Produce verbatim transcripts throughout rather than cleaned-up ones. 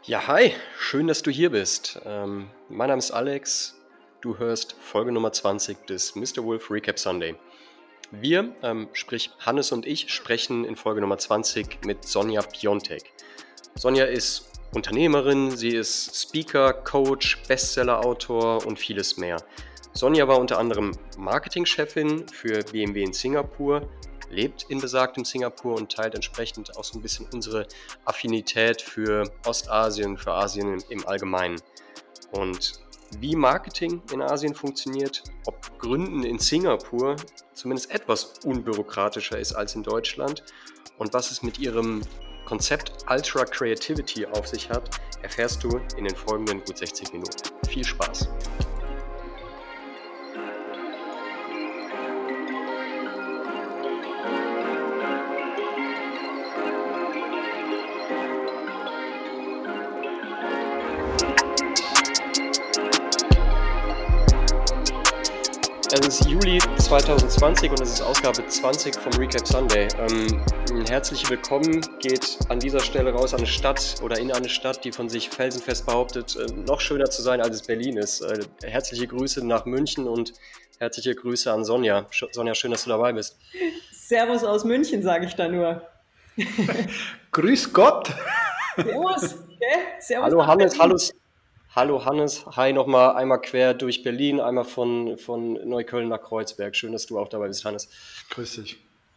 Ja, hi, schön, dass du hier bist. Ähm, mein Name ist Alex. Du hörst Folge Nummer zwanzig des Mister Wolf Recap Sunday. Wir, ähm, sprich Hannes und ich, sprechen in Folge Nummer zwanzig mit Sonja Piontek. Sonja ist Unternehmerin, sie ist Speaker, Coach, Bestsellerautor und vieles mehr. Sonja war unter anderem Marketingchefin für B M W in Singapur, lebt in besagtem Singapur und teilt entsprechend auch so ein bisschen unsere Affinität für Ostasien, für Asien im Allgemeinen. Und wie Marketing in Asien funktioniert, ob Gründen in Singapur zumindest etwas unbürokratischer ist als in Deutschland und was es mit ihrem Konzept Ultra Creativity auf sich hat, erfährst du in den folgenden gut sechzig Minuten. Viel Spaß! Es ist Juli zwanzig zwanzig und es ist Ausgabe zwanzig vom Recap Sunday. Ähm, ein herzliches Willkommen geht an dieser Stelle raus an eine Stadt oder in eine Stadt, die von sich felsenfest behauptet, äh, noch schöner zu sein, als es Berlin ist. Äh, herzliche Grüße nach München und herzliche Grüße an Sonja. Sch- Sonja, schön, dass du dabei bist. Servus aus München, sage ich da nur. Grüß Gott! Servus, gell? Servus Hallo nach Hannes, Berlin. hallo, hallo Hannes, hi nochmal einmal quer durch Berlin, einmal von, von Neukölln nach Kreuzberg. Schön, dass du auch dabei bist, Hannes. Grüß dich.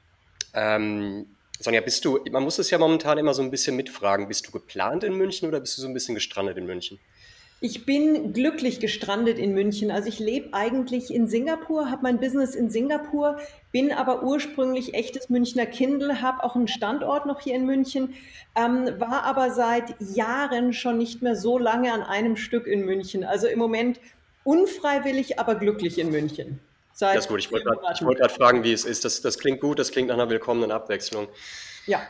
Ähm, Sonja, bist du, man muss es ja momentan immer so ein bisschen mitfragen, bist du geplant in München oder bist du so ein bisschen gestrandet in München? Ich bin glücklich gestrandet in München. Also ich lebe eigentlich in Singapur, habe mein Business in Singapur, bin aber ursprünglich echtes Münchner Kindl, habe auch einen Standort noch hier in München, ähm, war aber seit Jahren schon nicht mehr so lange an einem Stück in München. Also im Moment unfreiwillig, aber glücklich in München. Das ist Seit gut, ich vier wollte gerade ich Monaten. wollte gerade fragen, wie es ist. Das, das klingt gut, das klingt nach einer willkommenen Abwechslung. Ja.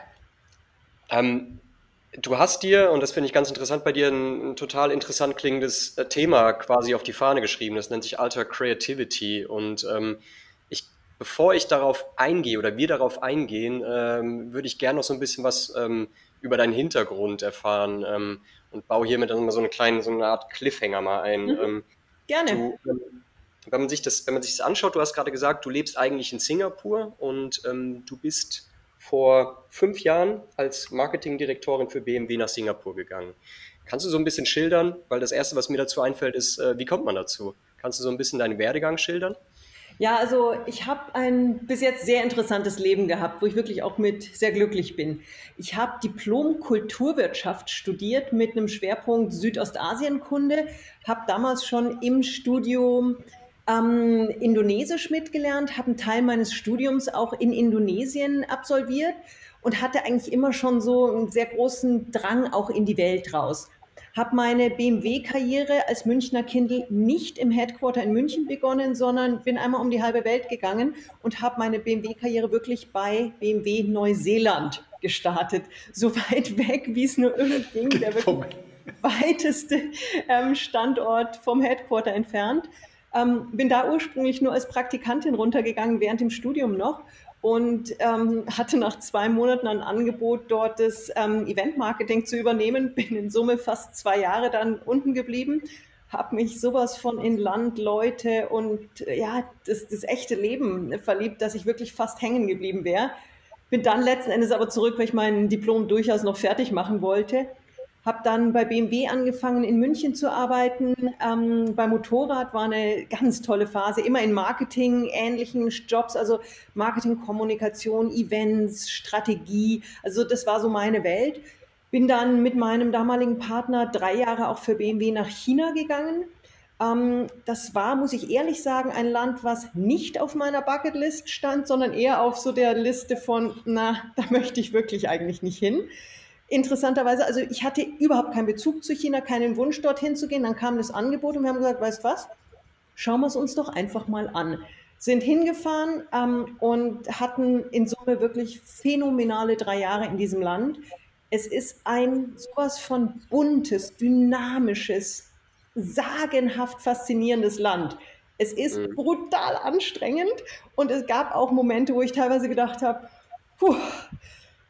Ähm, Du hast dir, und das finde ich ganz interessant bei dir, ein, ein total interessant klingendes äh, Thema quasi auf die Fahne geschrieben. Das nennt sich Alter Creativity. Und ähm, ich, bevor ich darauf eingehe oder wir darauf eingehen, ähm, würde ich gerne noch so ein bisschen was ähm, über deinen Hintergrund erfahren ähm, und baue hiermit dann mal so eine kleine, so eine Art Cliffhanger mal ein. Mhm. Ähm, Gerne. du, ähm, wenn man sich das, wenn man sich das anschaut, du hast gerade gesagt, du lebst eigentlich in Singapur und ähm, du bist vor fünf Jahren als Marketingdirektorin für B M W nach Singapur gegangen. Kannst du so ein bisschen schildern, weil das Erste, was mir dazu einfällt, ist, äh, wie kommt man dazu? Kannst du so ein bisschen deinen Werdegang schildern? Ja, also ich habe ein bis jetzt sehr interessantes Leben gehabt, wo ich wirklich auch mit sehr glücklich bin. Ich habe Diplom Kulturwirtschaft studiert mit einem Schwerpunkt Südostasienkunde, habe damals schon im Studium ähm, Indonesisch mitgelernt, habe einen Teil meines Studiums auch in Indonesien absolviert und hatte eigentlich immer schon so einen sehr großen Drang auch in die Welt raus. Habe meine B M W-Karriere als Münchner Kindl nicht im Headquarter in München begonnen, sondern bin einmal um die halbe Welt gegangen und habe meine B M W-Karriere wirklich bei B M W Neuseeland gestartet. So weit weg, wie es nur irgend ging, der wirklich Vom, weiteste ähm, Standort vom Headquarter entfernt. Ähm, bin da ursprünglich nur als Praktikantin runtergegangen, während dem Studium noch und ähm, hatte nach zwei Monaten ein Angebot, dort das ähm, Event-Marketing zu übernehmen. Bin in Summe fast zwei Jahre dann unten geblieben, habe mich sowas von in Land, Leute und äh, ja, das, das echte Leben verliebt, dass ich wirklich fast hängen geblieben wäre. Bin dann letzten Endes aber zurück, weil ich mein Diplom durchaus noch fertig machen wollte. Habe dann bei B M W angefangen, in München zu arbeiten. Ähm, bei Motorrad war eine ganz tolle Phase, immer in Marketing, ähnlichen Jobs, also Marketing, Kommunikation, Events, Strategie. Also das war so meine Welt. Bin dann mit meinem damaligen Partner drei Jahre auch für B M W nach China gegangen. Ähm, das war, muss ich ehrlich sagen, ein Land, was nicht auf meiner Bucketlist stand, sondern eher auf so der Liste von, na, da möchte ich wirklich eigentlich nicht hin. Interessanterweise, also ich hatte überhaupt keinen Bezug zu China, keinen Wunsch dorthin zu gehen. Dann kam das Angebot und wir haben gesagt, weißt was, schauen wir es uns doch einfach mal an. Sind hingefahren ähm, und hatten in Summe wirklich phänomenale drei Jahre in diesem Land. Es ist ein sowas von buntes, dynamisches, sagenhaft faszinierendes Land. Es ist Mhm. brutal anstrengend und es gab auch Momente, wo ich teilweise gedacht habe, puh,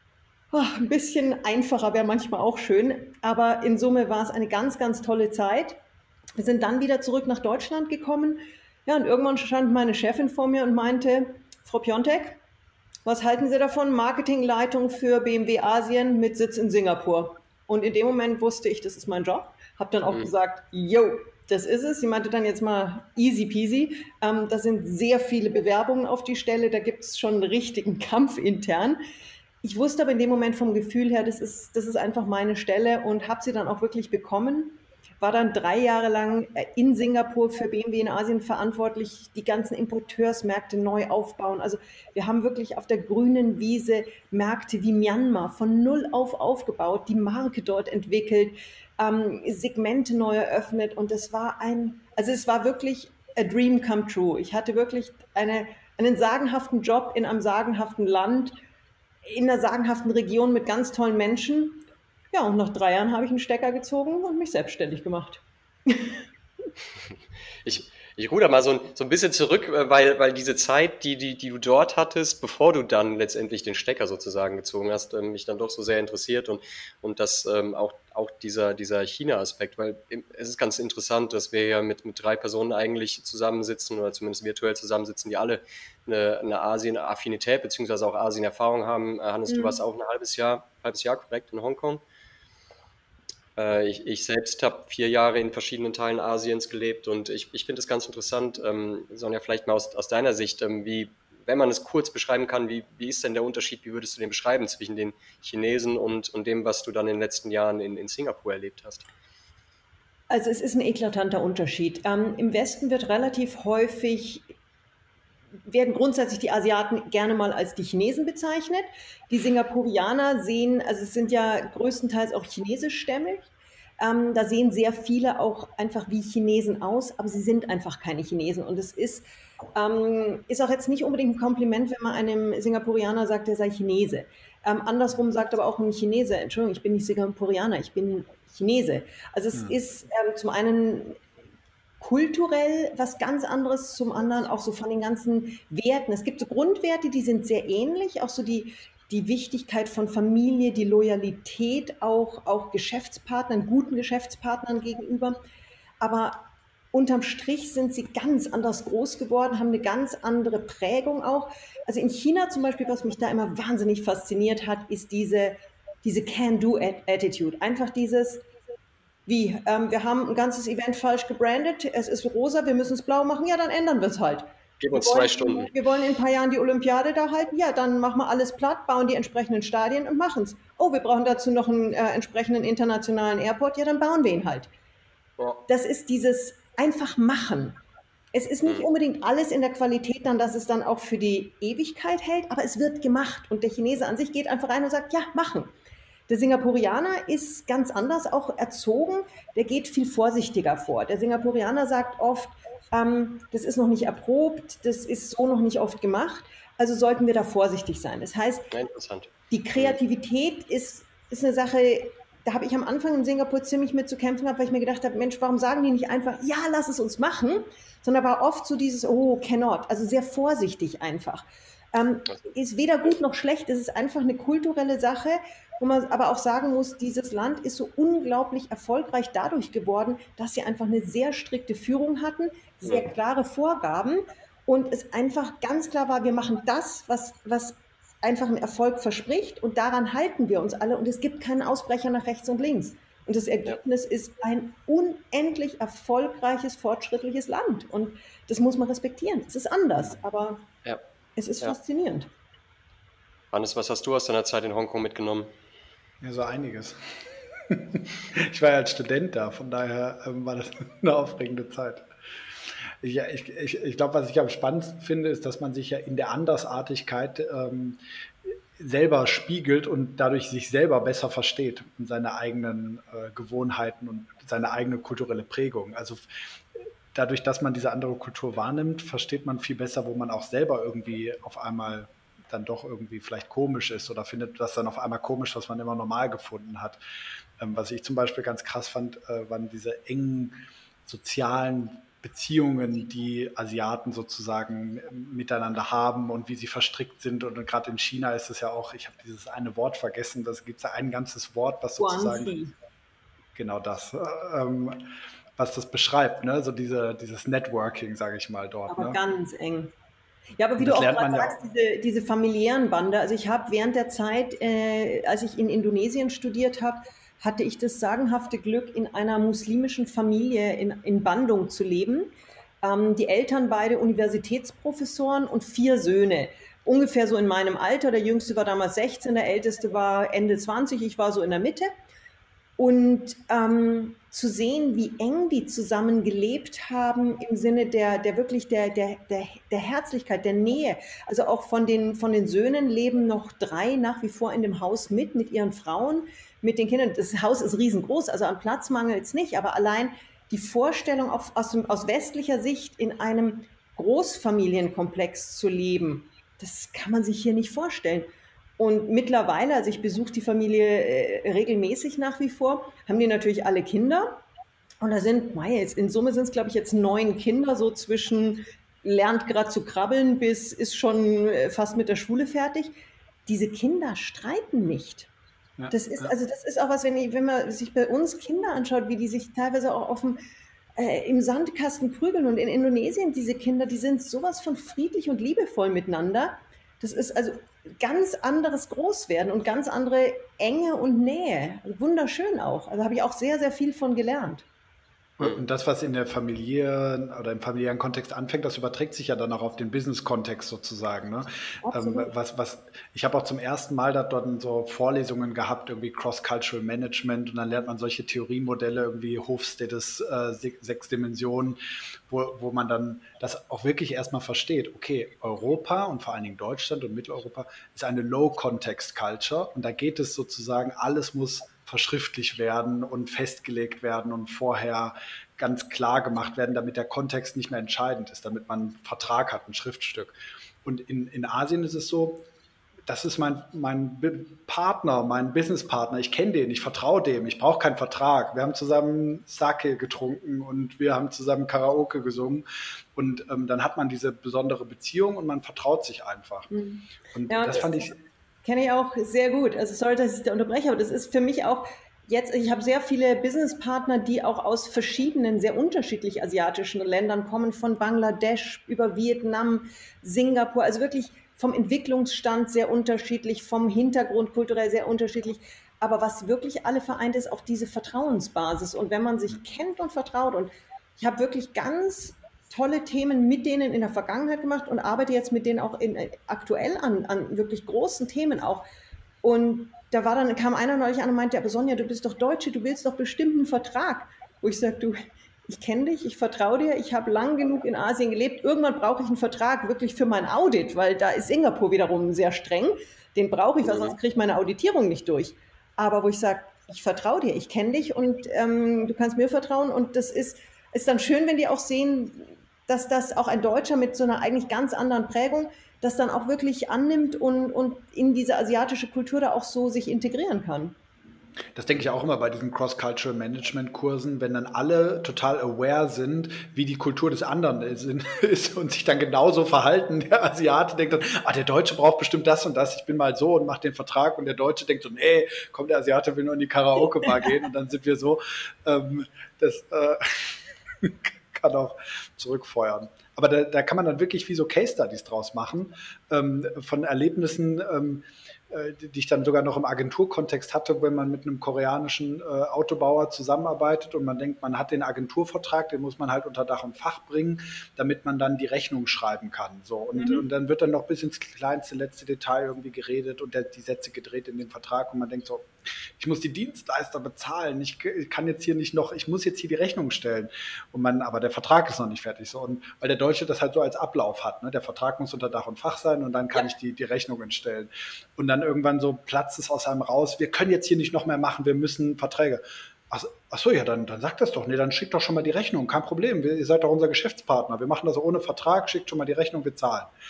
Oh, ein bisschen einfacher wäre manchmal auch schön, aber in Summe war es eine ganz, ganz tolle Zeit. Wir sind dann wieder zurück nach Deutschland gekommen. Ja, und irgendwann stand meine Chefin vor mir und meinte, Frau Piontek, was halten Sie davon? Marketingleitung für B M W Asien mit Sitz in Singapur. Und in dem Moment wusste ich, das ist mein Job. Habe dann auch Mhm. gesagt, yo, das ist es. Sie meinte dann jetzt mal easy peasy. Ähm, da sind sehr viele Bewerbungen auf die Stelle. Da gibt es schon einen richtigen Kampf intern. Ich wusste aber in dem Moment vom Gefühl her, das ist, das ist einfach meine Stelle und habe sie dann auch wirklich bekommen. War dann drei Jahre lang äh, in Singapur für B M W in Asien verantwortlich, die ganzen Importeursmärkte neu aufbauen. Also wir haben wirklich auf der grünen Wiese Märkte wie Myanmar von null auf aufgebaut, die Marke dort entwickelt, ähm, Segmente neu eröffnet und es war ein, also es war wirklich a dream come true. Ich hatte wirklich eine, einen sagenhaften Job in einem sagenhaften Land, in einer sagenhaften Region mit ganz tollen Menschen. Ja, und nach drei Jahren habe ich einen Stecker gezogen und mich selbstständig gemacht. Ich, ich ruder mal so ein, so ein bisschen zurück, äh, weil, weil diese Zeit, die, die, die du dort hattest, bevor du dann letztendlich den Stecker sozusagen gezogen hast, ähm, mich dann doch so sehr interessiert und, und das ähm, auch, auch dieser, dieser China-Aspekt, weil im- es ist ganz interessant, dass wir ja mit, mit drei Personen eigentlich zusammensitzen oder zumindest virtuell zusammensitzen, die alle eine, eine Asien-Affinität beziehungsweise auch Asien-Erfahrung haben. Äh, Hannes, du warst Mhm. auch ein halbes Jahr, halbes Jahr korrekt in Hongkong. Äh, ich, ich selbst habe vier Jahre in verschiedenen Teilen Asiens gelebt und ich, ich finde es ganz interessant, ähm, Sonja, vielleicht mal aus, aus deiner Sicht, ähm, wie, wenn man es kurz beschreiben kann, wie, wie ist denn der Unterschied, wie würdest du den beschreiben zwischen den Chinesen und, und dem, was du dann in den letzten Jahren in, in Singapur erlebt hast? Also es ist ein eklatanter Unterschied. Ähm, Im Westen wird relativ häufig, werden grundsätzlich die Asiaten gerne mal als die Chinesen bezeichnet. Die Singapurianer sehen, also es sind ja größtenteils auch chinesischstämmig. Ähm, da sehen sehr viele auch einfach wie Chinesen aus, aber sie sind einfach keine Chinesen. Und es ist, ähm, ist auch jetzt nicht unbedingt ein Kompliment, wenn man einem Singapurianer sagt, er sei Chinese. Ähm, andersrum sagt aber auch ein Chinese, Entschuldigung, ich bin nicht Singapurianer, ich bin Chinese. Also es Hm. ist ähm, zum einen kulturell was ganz anderes, zum anderen auch so von den ganzen Werten. Es gibt so Grundwerte, die sind sehr ähnlich, auch so die, die Wichtigkeit von Familie, die Loyalität auch, auch Geschäftspartnern, guten Geschäftspartnern gegenüber. Aber unterm Strich sind sie ganz anders groß geworden, haben eine ganz andere Prägung auch. Also in China zum Beispiel, was mich da immer wahnsinnig fasziniert hat, ist diese, diese Can-Do-Attitude. Einfach dieses, wie? Ähm, wir haben ein ganzes Event falsch gebrandet. Es ist rosa, wir müssen es blau machen. Ja, dann ändern wir es halt. Gib Wir uns zwei wollen, Stunden. wir wollen in ein paar Jahren die Olympiade da halten. Ja, dann machen wir alles platt, bauen die entsprechenden Stadien und machen es. Oh, wir brauchen dazu noch einen äh, entsprechenden internationalen Airport. Ja, dann bauen wir ihn halt. Ja. Das ist dieses einfach machen. Es ist nicht Hm. unbedingt alles in der Qualität dann, dass es dann auch für die Ewigkeit hält, aber es wird gemacht. Und der Chinese an sich geht einfach rein und sagt, ja, machen. Der Singapurianer ist ganz anders auch erzogen, der geht viel vorsichtiger vor. Der Singapurianer sagt oft, ähm, das ist noch nicht erprobt, das ist so noch nicht oft gemacht, also sollten wir da vorsichtig sein. Das heißt, Ja, interessant. die Hm. Kreativität ist, ist eine Sache, da habe ich am Anfang in Singapur ziemlich mit zu kämpfen gehabt, weil ich mir gedacht habe, Mensch, warum sagen die nicht einfach, ja, lass es uns machen, sondern war oft so dieses, oh, cannot, also sehr vorsichtig einfach. Ähm, Also, ist weder gut noch schlecht, es ist einfach eine kulturelle Sache, wo man aber auch sagen muss, dieses Land ist so unglaublich erfolgreich dadurch geworden, dass sie einfach eine sehr strikte Führung hatten, sehr hm. klare Vorgaben und es einfach ganz klar war, wir machen das, was, was einfach einen Erfolg verspricht und daran halten wir uns alle und es gibt keinen Ausbrecher nach rechts und links. Und das Ja, Ergebnis ist ein unendlich erfolgreiches, fortschrittliches Land. Und das muss man respektieren. Es ist anders, aber ja, es ist ja. faszinierend. Hannes, was hast du aus deiner Zeit in Hongkong mitgenommen? Ja, so einiges. Ich war ja als Student da, von daher ähm, war das eine aufregende Zeit. Ich, ja, ich, ich, ich glaube, was ich am spannendsten finde, ist, dass man sich ja in der Andersartigkeit ähm, selber spiegelt und dadurch sich selber besser versteht und seine eigenen äh, Gewohnheiten und seine eigene kulturelle Prägung. Also dadurch, dass man diese andere Kultur wahrnimmt, versteht man viel besser, wo man auch selber irgendwie auf einmal dann doch irgendwie vielleicht komisch ist oder findet das dann auf einmal komisch, was man immer normal gefunden hat. Ähm, was ich zum Beispiel ganz krass fand, äh, waren diese engen sozialen Beziehungen, die Asiaten sozusagen miteinander haben und wie sie verstrickt sind. Und gerade in China ist es ja auch, ich habe dieses eine Wort vergessen, da gibt es ja ein ganzes Wort, was sozusagen Guanxi. genau das, ähm, was das beschreibt, ne? So diese, dieses Networking, sage ich mal, dort. Aber Ne? ganz eng. Ja, aber wie Und du das auch lernt gerade man ja sagst, auch. diese, diese familiären Bande, also ich habe während der Zeit, äh, als ich in Indonesien studiert habe, hatte ich das sagenhafte Glück, in einer muslimischen Familie in, in Bandung zu leben. Ähm, die Eltern beide Universitätsprofessoren und vier Söhne. Ungefähr so in meinem Alter. Der Jüngste war damals sechzehn, der Älteste war Ende zwanzig, ich war so in der Mitte. Und ähm, zu sehen, wie eng die zusammen gelebt haben im Sinne der, der wirklich der, der, der, der Herzlichkeit, der Nähe. Also auch von den, von den Söhnen leben noch drei nach wie vor in dem Haus mit, mit ihren Frauen, mit den Kindern. Das Haus ist riesengroß, also an Platz mangelt es nicht, aber allein die Vorstellung auf, aus, aus westlicher Sicht in einem Großfamilienkomplex zu leben, das kann man sich hier nicht vorstellen. Und mittlerweile, also ich besuche die Familie äh, regelmäßig nach wie vor, haben die natürlich alle Kinder. Und da sind, mei, jetzt, in Summe sind es, glaube ich, jetzt neun Kinder, so zwischen lernt gerade zu krabbeln bis ist schon äh, fast mit der Schule fertig. Diese Kinder streiten nicht. Ja, Das ist, ja. also das ist auch was, wenn, ich, wenn man sich bei uns Kinder anschaut, wie die sich teilweise auch auf dem, äh, im Sandkasten prügeln. Und in Indonesien, diese Kinder, die sind sowas von friedlich und liebevoll miteinander. Das ist also ganz anderes Großwerden und ganz andere Enge und Nähe. Wunderschön auch. Also habe ich auch sehr, sehr viel von gelernt. Hm. Und das, was in der Familie oder im familiären Kontext anfängt, das überträgt sich ja dann auch auf den Business-Kontext sozusagen. Ne? Ähm, Absolut. was, was, ich habe auch zum ersten Mal da dort so Vorlesungen gehabt, irgendwie Cross-Cultural Management, und dann lernt man solche Theoriemodelle, irgendwie Hofstedes äh, se- sechs Dimensionen, wo, wo man dann das auch wirklich erstmal versteht. Okay, Europa und vor allen Dingen Deutschland und Mitteleuropa ist eine Low-Context-Culture, und da geht es sozusagen, alles muss verschriftlich werden und festgelegt werden und vorher ganz klar gemacht werden, damit der Kontext nicht mehr entscheidend ist, damit man einen Vertrag hat, ein Schriftstück. Und in, in Asien ist es so, das ist mein, mein Partner, mein Businesspartner, ich kenne den, ich vertraue dem, ich brauche keinen Vertrag. Wir haben zusammen Sake getrunken und wir haben zusammen Karaoke gesungen, und ähm, dann hat man diese besondere Beziehung und man vertraut sich einfach. Mhm. Und Ja, und das das fand ich. kenne ich auch sehr gut. Also sorry, dass ich da unterbreche, aber das ist für mich auch jetzt, ich habe sehr viele Businesspartner, die auch aus verschiedenen, sehr unterschiedlich asiatischen Ländern kommen, von Bangladesch über Vietnam, Singapur, also wirklich vom Entwicklungsstand sehr unterschiedlich, vom Hintergrund kulturell sehr unterschiedlich. Aber was wirklich alle vereint, ist auch diese Vertrauensbasis. Und wenn man sich kennt und vertraut, und ich habe wirklich ganz tolle Themen mit denen in der Vergangenheit gemacht und arbeite jetzt mit denen auch in, äh, aktuell an, an wirklich großen Themen auch. Und da war dann, kam einer neulich an und meinte, aber Sonja, du bist doch Deutsche, du willst doch bestimmt einen Vertrag. Wo ich sage, du, ich kenne dich, ich vertraue dir, ich habe lang genug in Asien gelebt, irgendwann brauche ich einen Vertrag wirklich für mein Audit, weil da ist Singapur wiederum sehr streng. Den brauche ich, weil sonst kriege ich meine Auditierung nicht durch. Aber wo ich sage, ich vertraue dir, ich kenne dich und ähm, du kannst mir vertrauen, und das ist, ist dann schön, wenn die auch sehen, dass das auch ein Deutscher mit so einer eigentlich ganz anderen Prägung das dann auch wirklich annimmt und, und in diese asiatische Kultur da auch so sich integrieren kann. Das denke ich auch immer bei diesen Cross-Cultural Management-Kursen, wenn dann alle total aware sind, wie die Kultur des anderen ist und sich dann genauso verhalten. Der Asiate denkt dann, ah, der Deutsche braucht bestimmt das und das, ich bin mal so und mache den Vertrag, und der Deutsche denkt so, nee, komm, der Asiate will nur in die Karaoke-Bar gehen, und dann sind wir so, ähm, das äh, kann auch zurückfeuern. Aber da, da kann man dann wirklich wie so Case-Studies draus machen, ähm, von Erlebnissen, ähm, die ich dann sogar noch im Agenturkontext hatte, wenn man mit einem koreanischen äh, Autobauer zusammenarbeitet und man denkt, man hat den Agenturvertrag, den muss man halt unter Dach und Fach bringen, damit man dann die Rechnung schreiben kann. So. Und, Mhm. und dann wird dann noch bis ins kleinste, letzte Detail irgendwie geredet und der, die Sätze gedreht in den Vertrag, und man denkt so, ich muss die Dienstleister bezahlen, ich, ich kann jetzt hier nicht noch, ich muss jetzt hier die Rechnung stellen. Und man, aber der Vertrag ist noch nicht fertig. So. Und weil der Deutsche das halt so als Ablauf hat, ne? Der Vertrag muss unter Dach und Fach sein, und dann kann Ja. ich die, die Rechnungen stellen. Und dann irgendwann so platzt es aus einem raus, wir können jetzt hier nicht noch mehr machen, wir müssen Verträge. Ach, ach so, ja, dann, dann sagt das doch. Nee, dann schickt doch schon mal die Rechnung, kein Problem. Wir, ihr seid doch unser Geschäftspartner. Wir machen das ohne Vertrag, schickt schon mal die Rechnung, wir zahlen.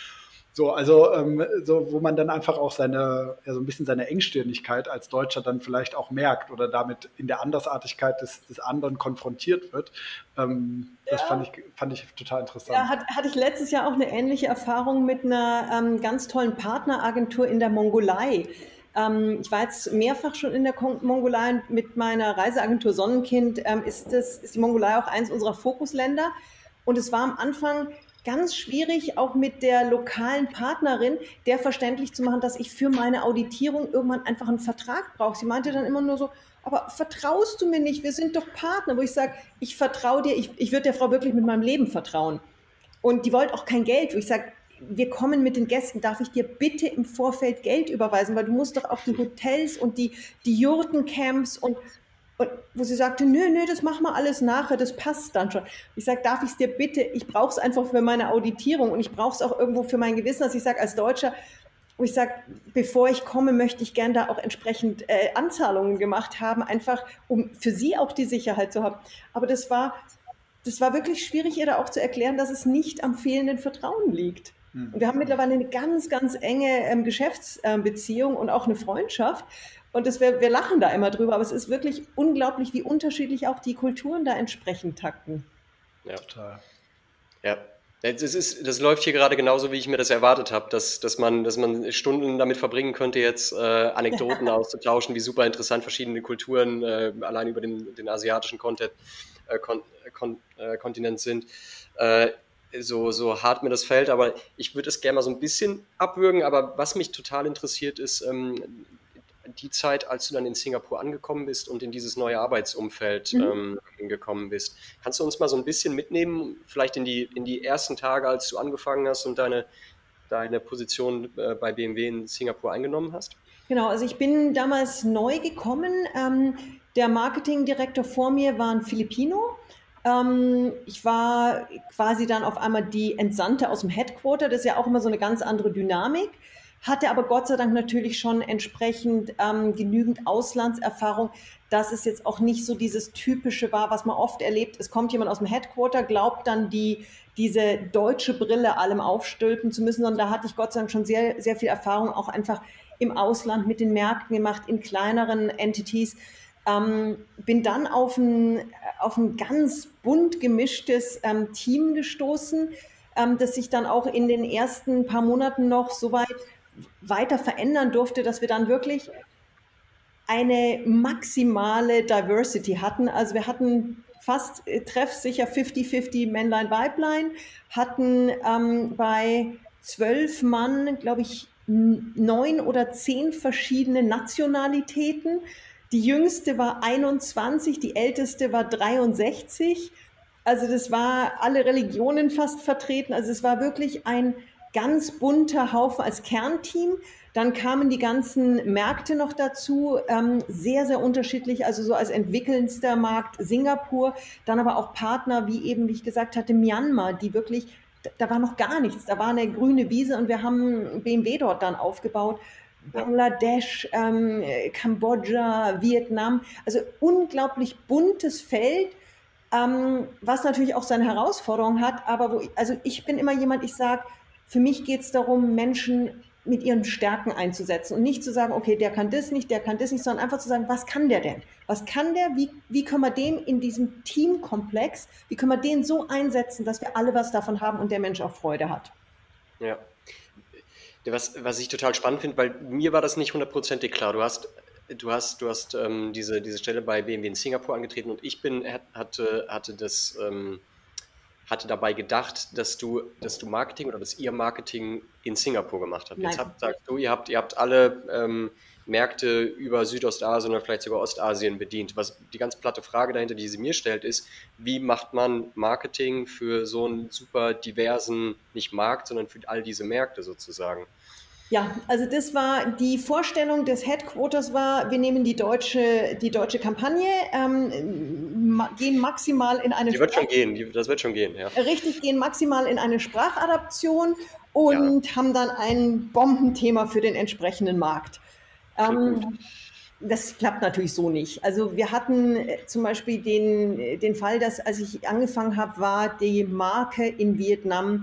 So, also ähm, so, wo man dann einfach auch seine, ja, so ein bisschen seine Engstirnigkeit als Deutscher dann vielleicht auch merkt oder damit in der Andersartigkeit des, des anderen konfrontiert wird. Ähm, das fand ich, fand ich total interessant. Ja, hat, hatte ich letztes Jahr auch eine ähnliche Erfahrung mit einer ähm, ganz tollen Partneragentur in der Mongolei. Ähm, ich war jetzt mehrfach schon in der Kon- Mongolei und mit meiner Reiseagentur Sonnenkind ähm, ist, das, ist die Mongolei auch eins unserer Fokusländer. Und es war am Anfang ganz schwierig, auch mit der lokalen Partnerin, der verständlich zu machen, dass ich für meine Auditierung irgendwann einfach einen Vertrag brauche. Sie meinte dann immer nur so, aber vertraust du mir nicht? Wir sind doch Partner. Wo ich sage, ich vertraue dir, ich, ich würde der Frau wirklich mit meinem Leben vertrauen. Und die wollte auch kein Geld, wo ich sage, wir kommen mit den Gästen, darf ich dir bitte im Vorfeld Geld überweisen, weil du musst doch auch die Hotels und die, die Jurtencamps und, und wo sie sagte, nö, nö, das machen wir alles nachher, das passt dann schon. Ich sage, darf ich es dir bitte, ich brauche es einfach für meine Auditierung und ich brauche es auch irgendwo für mein Gewissen, dass ich sage, als Deutscher, wo ich sage, bevor ich komme, möchte ich gern da auch entsprechend äh, Anzahlungen gemacht haben, einfach um für sie auch die Sicherheit zu haben. Aber das war, das war wirklich schwierig, ihr da auch zu erklären, dass es nicht am fehlenden Vertrauen liegt. Und wir haben mittlerweile eine ganz, ganz enge ähm, Geschäftsbeziehung und auch eine Freundschaft. Und das, wir, wir lachen da immer drüber, aber es ist wirklich unglaublich, wie unterschiedlich auch die Kulturen da entsprechend takten. Ja. Total. Ja. Das, ist, das läuft hier gerade genauso, wie ich mir das erwartet habe, dass, dass, man, dass man Stunden damit verbringen könnte, jetzt äh, Anekdoten auszutauschen, wie super interessant verschiedene Kulturen äh, allein über den, den asiatischen Kontent, äh, Kon, Kon, äh, Kontinent sind. Äh, so, so hart mir das fällt, aber ich würde es gerne mal so ein bisschen abwürgen, aber was mich total interessiert ist, ähm, die Zeit, als du dann in Singapur angekommen bist und in dieses neue Arbeitsumfeld Mhm. ähm, gekommen bist. Kannst du uns mal so ein bisschen mitnehmen, vielleicht in die, in die ersten Tage, als du angefangen hast und deine, deine Position äh, bei B M W in Singapur eingenommen hast? Genau, also ich bin damals neu gekommen. Ähm, der Marketingdirektor vor mir war ein Filipino. Ähm, ich war quasi dann auf einmal die Entsandte aus dem Headquarter. Das ist ja auch immer so eine ganz andere Dynamik. Hatte aber Gott sei Dank natürlich schon entsprechend ähm, genügend Auslandserfahrung, dass es jetzt auch nicht so dieses Typische war, was man oft erlebt. Es kommt jemand aus dem Headquarter, glaubt dann die, diese deutsche Brille allem aufstülpen zu müssen, sondern da hatte ich Gott sei Dank schon sehr, sehr viel Erfahrung, auch einfach im Ausland mit den Märkten gemacht, in kleineren Entities. Ähm, bin dann auf ein, auf ein ganz bunt gemischtes ähm, Team gestoßen, ähm, das sich dann auch in den ersten paar Monaten noch so weit weiter verändern durfte, dass wir dann wirklich eine maximale Diversity hatten. Also wir hatten fast äh, treffsicher fünfzig fünfzig Männlein, Weiblein, hatten ähm, bei zwölf Mann, glaube ich, neun oder zehn verschiedene Nationalitäten. Die jüngste war einundzwanzig, die älteste war dreiundsechzig. Also das war alle Religionen fast vertreten. Also es war wirklich ein ganz bunter Haufen als Kernteam. Dann kamen die ganzen Märkte noch dazu, ähm, sehr, sehr unterschiedlich, also so als entwickelndster Markt Singapur, dann aber auch Partner, wie eben, wie ich gesagt hatte, Myanmar, die wirklich, da war noch gar nichts, da war eine grüne Wiese und wir haben B M W dort dann aufgebaut. Ja. Bangladesch, ähm, Kambodscha, Vietnam, also unglaublich buntes Feld, ähm, was natürlich auch seine Herausforderungen hat, aber wo ich, also ich bin immer jemand, ich sage, für mich geht es darum, Menschen mit ihren Stärken einzusetzen und nicht zu sagen, okay, der kann das nicht, der kann das nicht, sondern einfach zu sagen, was kann der denn? Was kann der? Wie, wie können wir den in diesem Teamkomplex, wie können wir den so einsetzen, dass wir alle was davon haben und der Mensch auch Freude hat? Ja. Was, was ich total spannend finde, weil mir war das nicht hundertprozentig klar. Du hast, du hast, du hast ähm, diese, diese Stelle bei B M W in Singapur angetreten und ich bin, hatte, hatte das, ähm, hatte dabei gedacht, dass du, dass du Marketing oder dass ihr Marketing in Singapur gemacht habt. Jetzt Nein. habt, sagst du, ihr habt, ihr habt alle ähm, Märkte über Südostasien oder vielleicht sogar Ostasien bedient. Was die ganz platte Frage dahinter, die sie mir stellt, ist, wie macht man Marketing für so einen super diversen, nicht Markt, sondern für all diese Märkte sozusagen? Ja, also das war die Vorstellung des Headquarters war, wir nehmen die deutsche, die deutsche Kampagne, ähm, ma- gehen maximal in eine Die wird Sprach schon gehen, die, das wird schon gehen, ja. richtig, gehen maximal in eine Sprachadaption Ja, und haben dann ein Bombenthema für den entsprechenden Markt. klingt gut. Ähm, das klappt natürlich so nicht. Also wir hatten äh, zum Beispiel den, äh, den Fall, dass als ich angefangen habe, war die Marke in Vietnam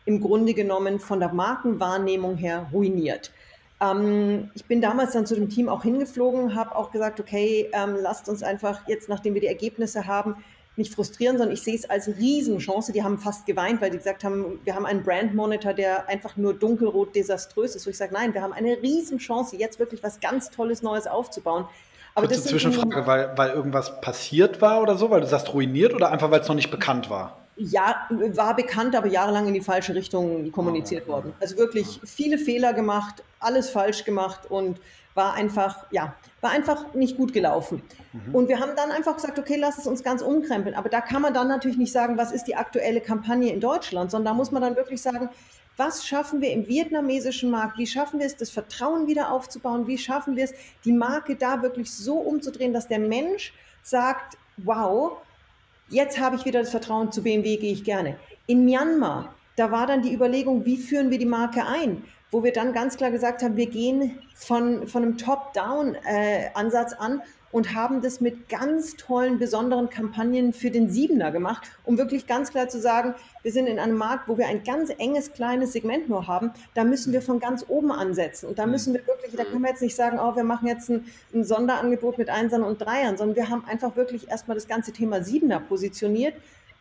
im Grunde genommen von der Markenwahrnehmung her ruiniert. Ähm, ich bin damals dann zu dem Team auch hingeflogen, habe auch gesagt, okay, ähm, lasst uns einfach jetzt, nachdem wir die Ergebnisse haben, nicht frustrieren, sondern ich sehe es als Riesenchance. Die haben fast geweint, weil die gesagt haben, wir haben einen Brand-Monitor, der einfach nur dunkelrot desaströs ist. Wo ich sage, nein, wir haben eine Riesenchance, jetzt wirklich was ganz Tolles Neues aufzubauen. Aber kurze Zwischenfrage, weil, weil irgendwas passiert war oder so, weil du sagst ruiniert oder einfach, weil es noch nicht bekannt war? Ja, war bekannt, aber jahrelang in die falsche Richtung kommuniziert oh, worden. Also wirklich viele Fehler gemacht, alles falsch gemacht und war einfach, ja, war einfach nicht gut gelaufen. Mhm. Und wir haben dann einfach gesagt, okay, lass es uns ganz umkrempeln. Aber da kann man dann natürlich nicht sagen, was ist die aktuelle Kampagne in Deutschland, sondern da muss man dann wirklich sagen, was schaffen wir im vietnamesischen Markt? Wie schaffen wir es, das Vertrauen wieder aufzubauen? Wie schaffen wir es, die Marke da wirklich so umzudrehen, dass der Mensch sagt, wow, jetzt habe ich wieder das Vertrauen zu B M W, gehe ich gerne. In Myanmar, da war dann die Überlegung, wie führen wir die Marke ein? Wo wir dann ganz klar gesagt haben, wir gehen von, von einem Top-Down-Ansatz äh, an und haben das mit ganz tollen, besonderen Kampagnen für den Siebener gemacht, um wirklich ganz klar zu sagen, wir sind in einem Markt, wo wir ein ganz enges, kleines Segment nur haben, da müssen wir von ganz oben ansetzen und da müssen wir wirklich, da können wir jetzt nicht sagen, oh, wir machen jetzt ein, ein Sonderangebot mit Einsern und Dreiern, sondern wir haben einfach wirklich erstmal das ganze Thema Siebener positioniert,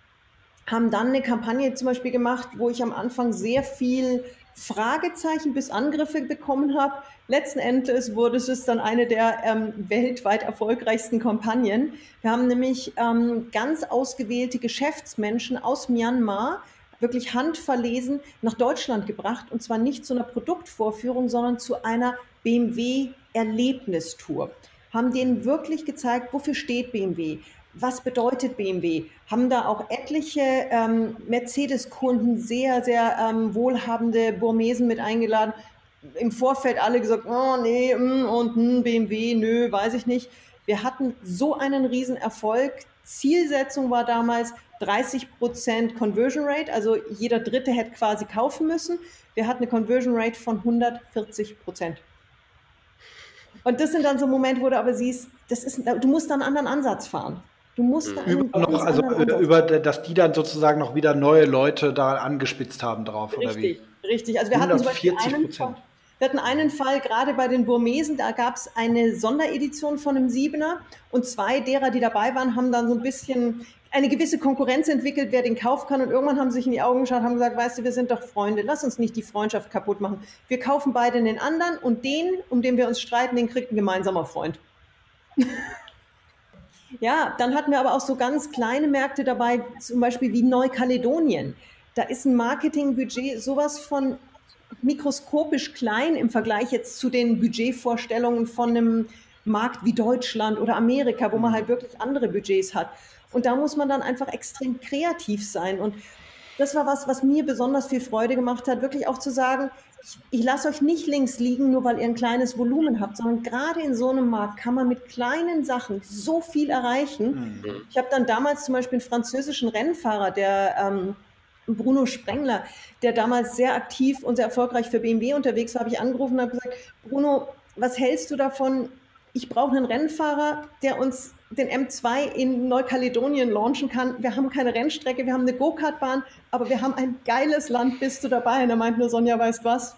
haben dann eine Kampagne zum Beispiel gemacht, wo ich am Anfang sehr viel Fragezeichen bis Angriffe bekommen habe. Letzten Endes wurde es dann eine der ähm, weltweit erfolgreichsten Kampagnen. Wir haben nämlich ähm, ganz ausgewählte Geschäftsmenschen aus Myanmar wirklich handverlesen nach Deutschland gebracht und zwar nicht zu einer Produktvorführung, sondern zu einer B M W-Erlebnistour. Haben denen wirklich gezeigt, wofür steht B M W, was bedeutet B M W? Haben da auch etliche ähm, Mercedes-Kunden, sehr, sehr ähm, wohlhabende Burmesen mit eingeladen. Im Vorfeld alle gesagt, oh nee, mm, und mm, B M W, nö, weiß ich nicht. Wir hatten so einen Riesenerfolg. Zielsetzung war damals dreißig Prozent Conversion Rate, also jeder Dritte hätte quasi kaufen müssen. Wir hatten eine Conversion Rate von hundertvierzig Prozent. Und das sind dann so Momente, wo du aber siehst, das ist, du musst da einen anderen Ansatz fahren. Du musst da über noch, also über, dass die dann sozusagen noch wieder neue Leute da angespitzt haben drauf, richtig, oder wie? Richtig, richtig. Also wir hatten zum Beispiel einen Fall, wir hatten einen Fall, gerade bei den Burmesen, da gab es eine Sonderedition von einem Siebener und zwei derer, die dabei waren, haben dann so ein bisschen eine gewisse Konkurrenz entwickelt, wer den kaufen kann und irgendwann haben sie sich in die Augen geschaut, haben gesagt, weißt du, wir sind doch Freunde, lass uns nicht die Freundschaft kaputt machen. Wir kaufen beide den anderen und den, um den wir uns streiten, den kriegt ein gemeinsamer Freund. Ja, dann hatten wir aber auch so ganz kleine Märkte dabei, zum Beispiel wie Neukaledonien. Da ist ein Marketingbudget sowas von mikroskopisch klein im Vergleich jetzt zu den Budgetvorstellungen von einem Markt wie Deutschland oder Amerika, wo man halt wirklich andere Budgets hat. Und da muss man dann einfach extrem kreativ sein. Und das war was, was mir besonders viel Freude gemacht hat, wirklich auch zu sagen, ich, ich lasse euch nicht links liegen, nur weil ihr ein kleines Volumen habt, sondern gerade in so einem Markt kann man mit kleinen Sachen so viel erreichen. Mhm. Ich habe dann damals zum Beispiel einen französischen Rennfahrer, der ähm, Bruno Sprengler, der damals sehr aktiv und sehr erfolgreich für B M W unterwegs war, habe ich angerufen und habe gesagt, Bruno, was hältst du davon? Ich brauche einen Rennfahrer, der uns den M zwei in Neukaledonien launchen kann. Wir haben keine Rennstrecke, wir haben eine Go-Kart-Bahn, aber wir haben ein geiles Land, bist du dabei? Und er meint nur, Sonja, weißt was,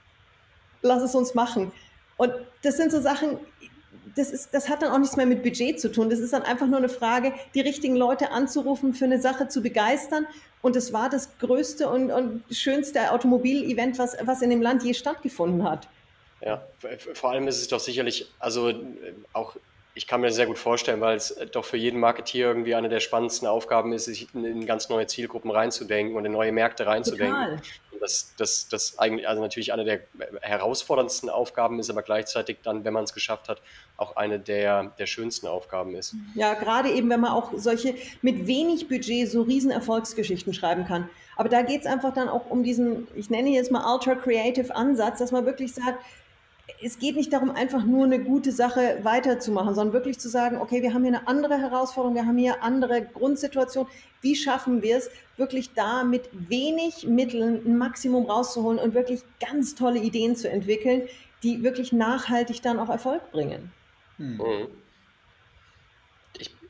lass es uns machen. Und das sind so Sachen, das, ist, das hat dann auch nichts mehr mit Budget zu tun. Das ist dann einfach nur eine Frage, die richtigen Leute anzurufen, für eine Sache zu begeistern. Und es war das größte und, und schönste Automobil-Event, was, was in dem Land je stattgefunden hat. Ja, vor allem ist es doch sicherlich, also auch, ich kann mir das sehr gut vorstellen, weil es doch für jeden Marketeer irgendwie eine der spannendsten Aufgaben ist, sich in ganz neue Zielgruppen reinzudenken und in neue Märkte reinzudenken. Total. Und das, das, das eigentlich, also natürlich eine der herausforderndsten Aufgaben ist, aber gleichzeitig dann, wenn man es geschafft hat, auch eine der, der schönsten Aufgaben ist. Ja, gerade eben, wenn man auch solche mit wenig Budget so riesen Erfolgsgeschichten schreiben kann. Aber da geht es einfach dann auch um diesen, ich nenne jetzt mal Ultra-Creative Ansatz, dass man wirklich sagt, es geht nicht darum, einfach nur eine gute Sache weiterzumachen, sondern wirklich zu sagen, okay, wir haben hier eine andere Herausforderung, wir haben hier eine andere Grundsituation. Wie schaffen wir es, wirklich da mit wenig Mitteln ein Maximum rauszuholen und wirklich ganz tolle Ideen zu entwickeln, die wirklich nachhaltig dann auch Erfolg bringen? Mhm. Ich,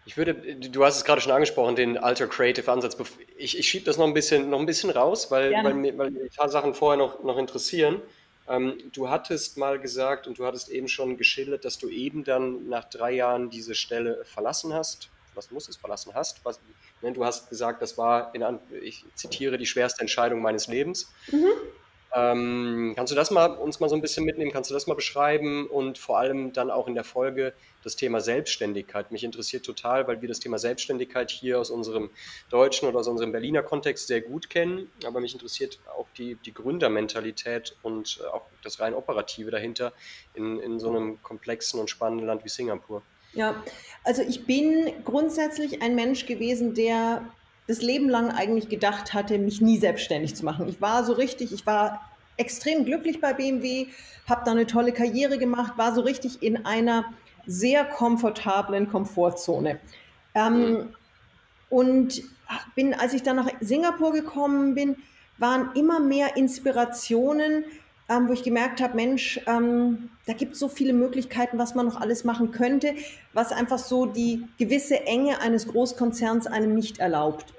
Ich würde, du hast es gerade schon angesprochen, den Alter Creative Ansatz. Ich, ich schiebe das noch ein bisschen, noch ein bisschen raus, weil, weil, mir, weil mir ein paar Sachen vorher noch, noch interessieren. Ähm, du hattest mal gesagt und du hattest eben schon geschildert, dass du eben dann nach drei Jahren diese Stelle verlassen hast. Was muss es verlassen hast? Was, ne, du hast gesagt, das war, in, ich zitiere, die schwerste Entscheidung meines Lebens. Mhm. Ähm, kannst du das mal uns mal so ein bisschen mitnehmen? Kannst du das mal beschreiben? Und vor allem dann auch in der Folge das Thema Selbstständigkeit. Mich interessiert total, weil wir das Thema Selbstständigkeit hier aus unserem deutschen oder aus unserem Berliner Kontext sehr gut kennen. Aber mich interessiert auch die, die Gründermentalität und auch das rein Operative dahinter in, in so einem komplexen und spannenden Land wie Singapur. Ja, also ich bin grundsätzlich ein Mensch gewesen, der das Leben lang eigentlich gedacht hatte, mich nie selbstständig zu machen. Ich war so richtig, ich war extrem glücklich bei B M W, habe da eine tolle Karriere gemacht, war so richtig in einer sehr komfortablen Komfortzone. Ähm, und bin, als ich dann nach Singapur gekommen bin, waren immer mehr Inspirationen, ähm, wo ich gemerkt habe, Mensch, ähm, da gibt es so viele Möglichkeiten, was man noch alles machen könnte, was einfach so die gewisse Enge eines Großkonzerns einem nicht erlaubt.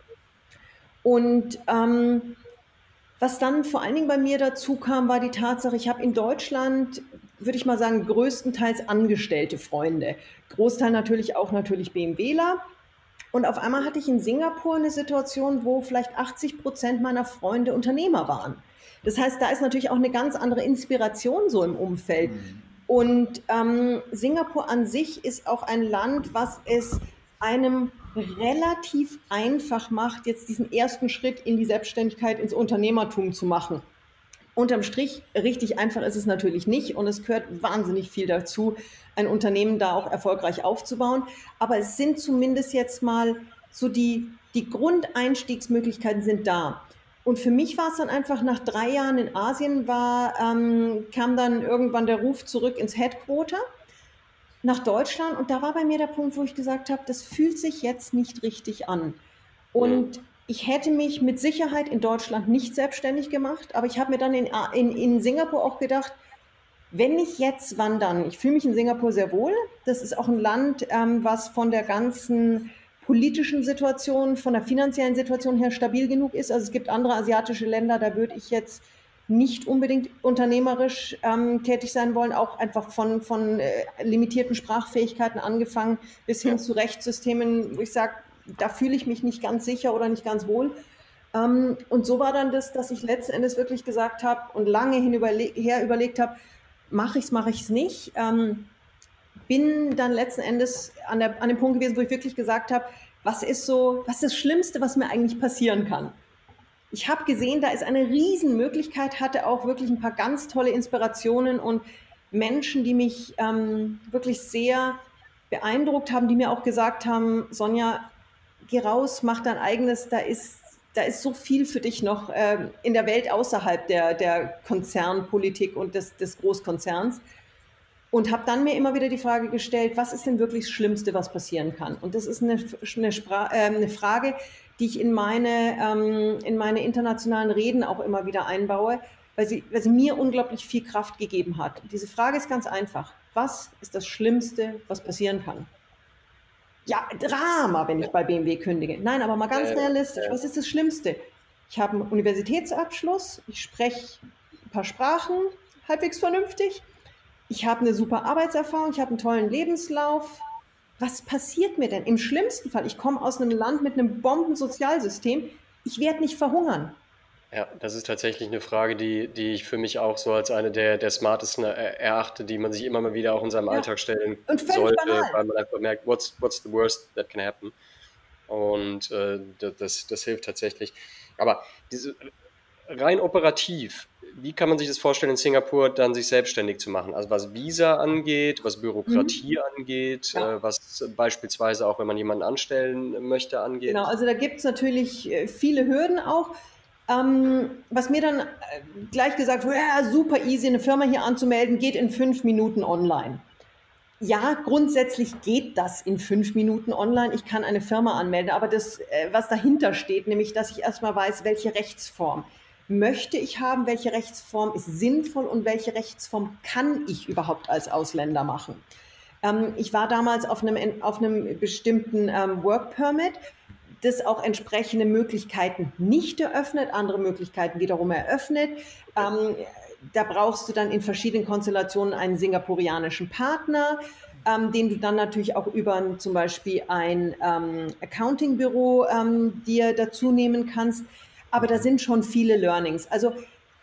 Und ähm, was dann vor allen Dingen bei mir dazu kam, war die Tatsache, ich habe in Deutschland, würde ich mal sagen, größtenteils angestellte Freunde. Großteil natürlich auch natürlich BMWler. Und auf einmal hatte ich in Singapur eine Situation, wo vielleicht achtzig Prozent meiner Freunde Unternehmer waren. Das heißt, da ist natürlich auch eine ganz andere Inspiration so im Umfeld. Mhm. Und ähm, Singapur an sich ist auch ein Land, was es einem relativ einfach macht, jetzt diesen ersten Schritt in die Selbstständigkeit, ins Unternehmertum zu machen. Unterm Strich, richtig einfach ist es natürlich nicht und es gehört wahnsinnig viel dazu, ein Unternehmen da auch erfolgreich aufzubauen. Aber es sind zumindest jetzt mal so die, die Grundeinstiegsmöglichkeiten sind da. Und für mich war es dann einfach nach drei Jahren in Asien, war, ähm, kam dann irgendwann der Ruf zurück ins Headquarter nach Deutschland und da war bei mir der Punkt, wo ich gesagt habe, das fühlt sich jetzt nicht richtig an. Und mhm. ich hätte mich mit Sicherheit in Deutschland nicht selbstständig gemacht, aber ich habe mir dann in, in, in Singapur auch gedacht, wenn ich jetzt wandern, ich fühle mich in Singapur sehr wohl, das ist auch ein Land, ähm, was von der ganzen politischen Situation, von der finanziellen Situation her stabil genug ist. Also es gibt andere asiatische Länder, da würde ich jetzt nicht unbedingt unternehmerisch ähm, tätig sein wollen, auch einfach von, von äh, limitierten Sprachfähigkeiten angefangen bis hin zu Rechtssystemen, wo ich sage, da fühle ich mich nicht ganz sicher oder nicht ganz wohl. Ähm, und so war dann das, dass ich letzten Endes wirklich gesagt habe und lange hin überle- her überlegt habe, mache ich es, mache ich es nicht. Ähm, bin dann letzten Endes an, der, an dem Punkt gewesen, wo ich wirklich gesagt habe, was ist so, was ist das Schlimmste, was mir eigentlich passieren kann? Ich habe gesehen, da ist eine Riesenmöglichkeit, hatte auch wirklich ein paar ganz tolle Inspirationen und Menschen, die mich ähm, wirklich sehr beeindruckt haben, die mir auch gesagt haben, Sonja, geh raus, mach dein eigenes, da ist, da ist so viel für dich noch äh, in der Welt außerhalb der, der Konzernpolitik und des, des Großkonzerns. Und habe dann mir immer wieder die Frage gestellt, was ist denn wirklich das Schlimmste, was passieren kann? Und das ist eine, eine, Spra- äh, eine Frage, die ich in meine, ähm, in meine internationalen Reden auch immer wieder einbaue, weil sie, weil sie mir unglaublich viel Kraft gegeben hat. Und diese Frage ist ganz einfach. Was ist das Schlimmste, was passieren kann? Ja, Drama, wenn ich bei B M W kündige. Nein, aber mal ganz äh, realistisch. Äh. Was ist das Schlimmste? Ich habe einen Universitätsabschluss, ich spreche ein paar Sprachen halbwegs vernünftig. Ich habe eine super Arbeitserfahrung, ich habe einen tollen Lebenslauf. Was passiert mir denn? Im schlimmsten Fall, ich komme aus einem Land mit einem Bombensozialsystem, ich werde nicht verhungern. Ja, das ist tatsächlich eine Frage, die, die ich für mich auch so als eine der, der smartesten erachte, die man sich immer mal wieder auch in seinem ja. Alltag stellen sollte, banal. Weil man einfach merkt, what's, what's the worst that can happen? Und äh, das, das hilft tatsächlich. Aber diese, rein operativ, wie kann man sich das vorstellen, in Singapur dann sich selbstständig zu machen? Also was Visa angeht, was Bürokratie mhm. angeht, ja. äh, was beispielsweise auch, wenn man jemanden anstellen möchte, angeht? Genau, also da gibt es natürlich viele Hürden auch. Ähm, was mir dann gleich gesagt wurde, ja, super easy, eine Firma hier anzumelden, geht in fünf Minuten online. Ja, grundsätzlich geht das in fünf Minuten online. Ich kann eine Firma anmelden, aber das, was dahinter steht, nämlich, dass ich erstmal weiß, welche Rechtsform möchte ich haben, welche Rechtsform ist sinnvoll und welche Rechtsform kann ich überhaupt als Ausländer machen. Ähm, ich war damals auf einem, auf einem bestimmten ähm, Work Permit, das auch entsprechende Möglichkeiten nicht eröffnet, andere Möglichkeiten wiederum eröffnet. Ähm, da brauchst du dann in verschiedenen Konstellationen einen singapurianischen Partner, ähm, den du dann natürlich auch über zum Beispiel ein ähm, Accounting-Büro ähm, dir dazu nehmen kannst. Aber da sind schon viele Learnings. Also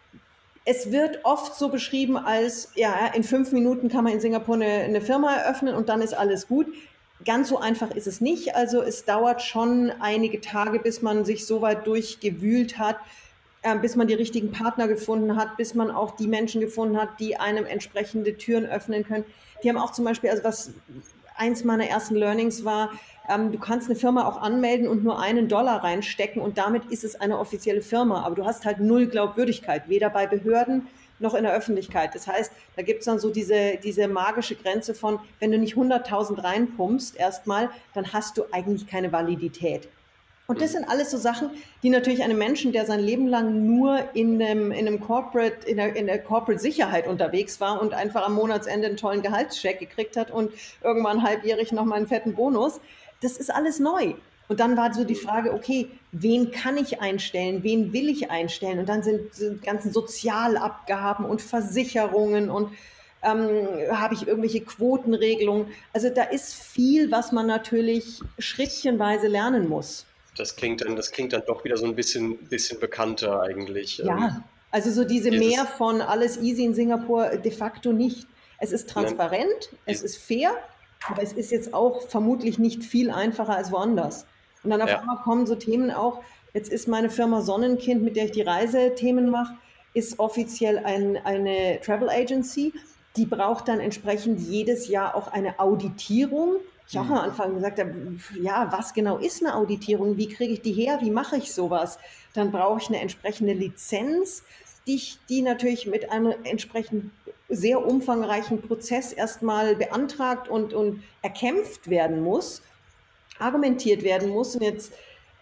es wird oft so beschrieben als, ja, in fünf Minuten kann man in Singapur eine, eine Firma eröffnen und dann ist alles gut. Ganz so einfach ist es nicht. Also es dauert schon einige Tage, bis man sich so weit durchgewühlt hat, äh, bis man die richtigen Partner gefunden hat, bis man auch die Menschen gefunden hat, die einem entsprechende Türen öffnen können. Die haben auch zum Beispiel, also was eins meiner ersten Learnings war, ähm, du kannst eine Firma auch anmelden und nur einen Dollar reinstecken und damit ist es eine offizielle Firma. Aber du hast halt null Glaubwürdigkeit, weder bei Behörden noch in der Öffentlichkeit. Das heißt, da gibt es dann so diese, diese magische Grenze von, wenn du nicht hunderttausend reinpumpst erstmal, dann hast du eigentlich keine Validität. Und das sind alles so Sachen, die natürlich einem Menschen, der sein Leben lang nur in einem, in einem Corporate, in der, in der Corporate-Sicherheit unterwegs war und einfach am Monatsende einen tollen Gehaltscheck gekriegt hat und irgendwann halbjährig nochmal einen fetten Bonus, das ist alles neu. Und dann war so die Frage, okay, wen kann ich einstellen, wen will ich einstellen? Und dann sind, sind ganzen Sozialabgaben und Versicherungen und ähm, habe ich irgendwelche Quotenregelungen. Also da ist viel, was man natürlich schrittchenweise lernen muss. Das klingt dann, das klingt dann doch wieder so ein bisschen, bisschen bekannter eigentlich. Ja, Ähm, also so diese dieses, Mehr von alles easy in Singapur de facto nicht. Es ist transparent, es ist fair, aber es ist jetzt auch vermutlich nicht viel einfacher als woanders. Und dann auf ja, einmal kommen so Themen auch, jetzt ist meine Firma Sonnenkind, mit der ich die Reisethemen mache, ist offiziell ein, eine Travel Agency. Die braucht dann entsprechend jedes Jahr auch eine Auditierung. Ich auch am Anfang gesagt habe, ja, was genau ist eine Auditierung? Wie kriege ich die her? Wie mache ich sowas? Dann brauche ich eine entsprechende Lizenz, die, ich, die natürlich mit einem entsprechend sehr umfangreichen Prozess erstmal beantragt und, und erkämpft werden muss, argumentiert werden muss. Und jetzt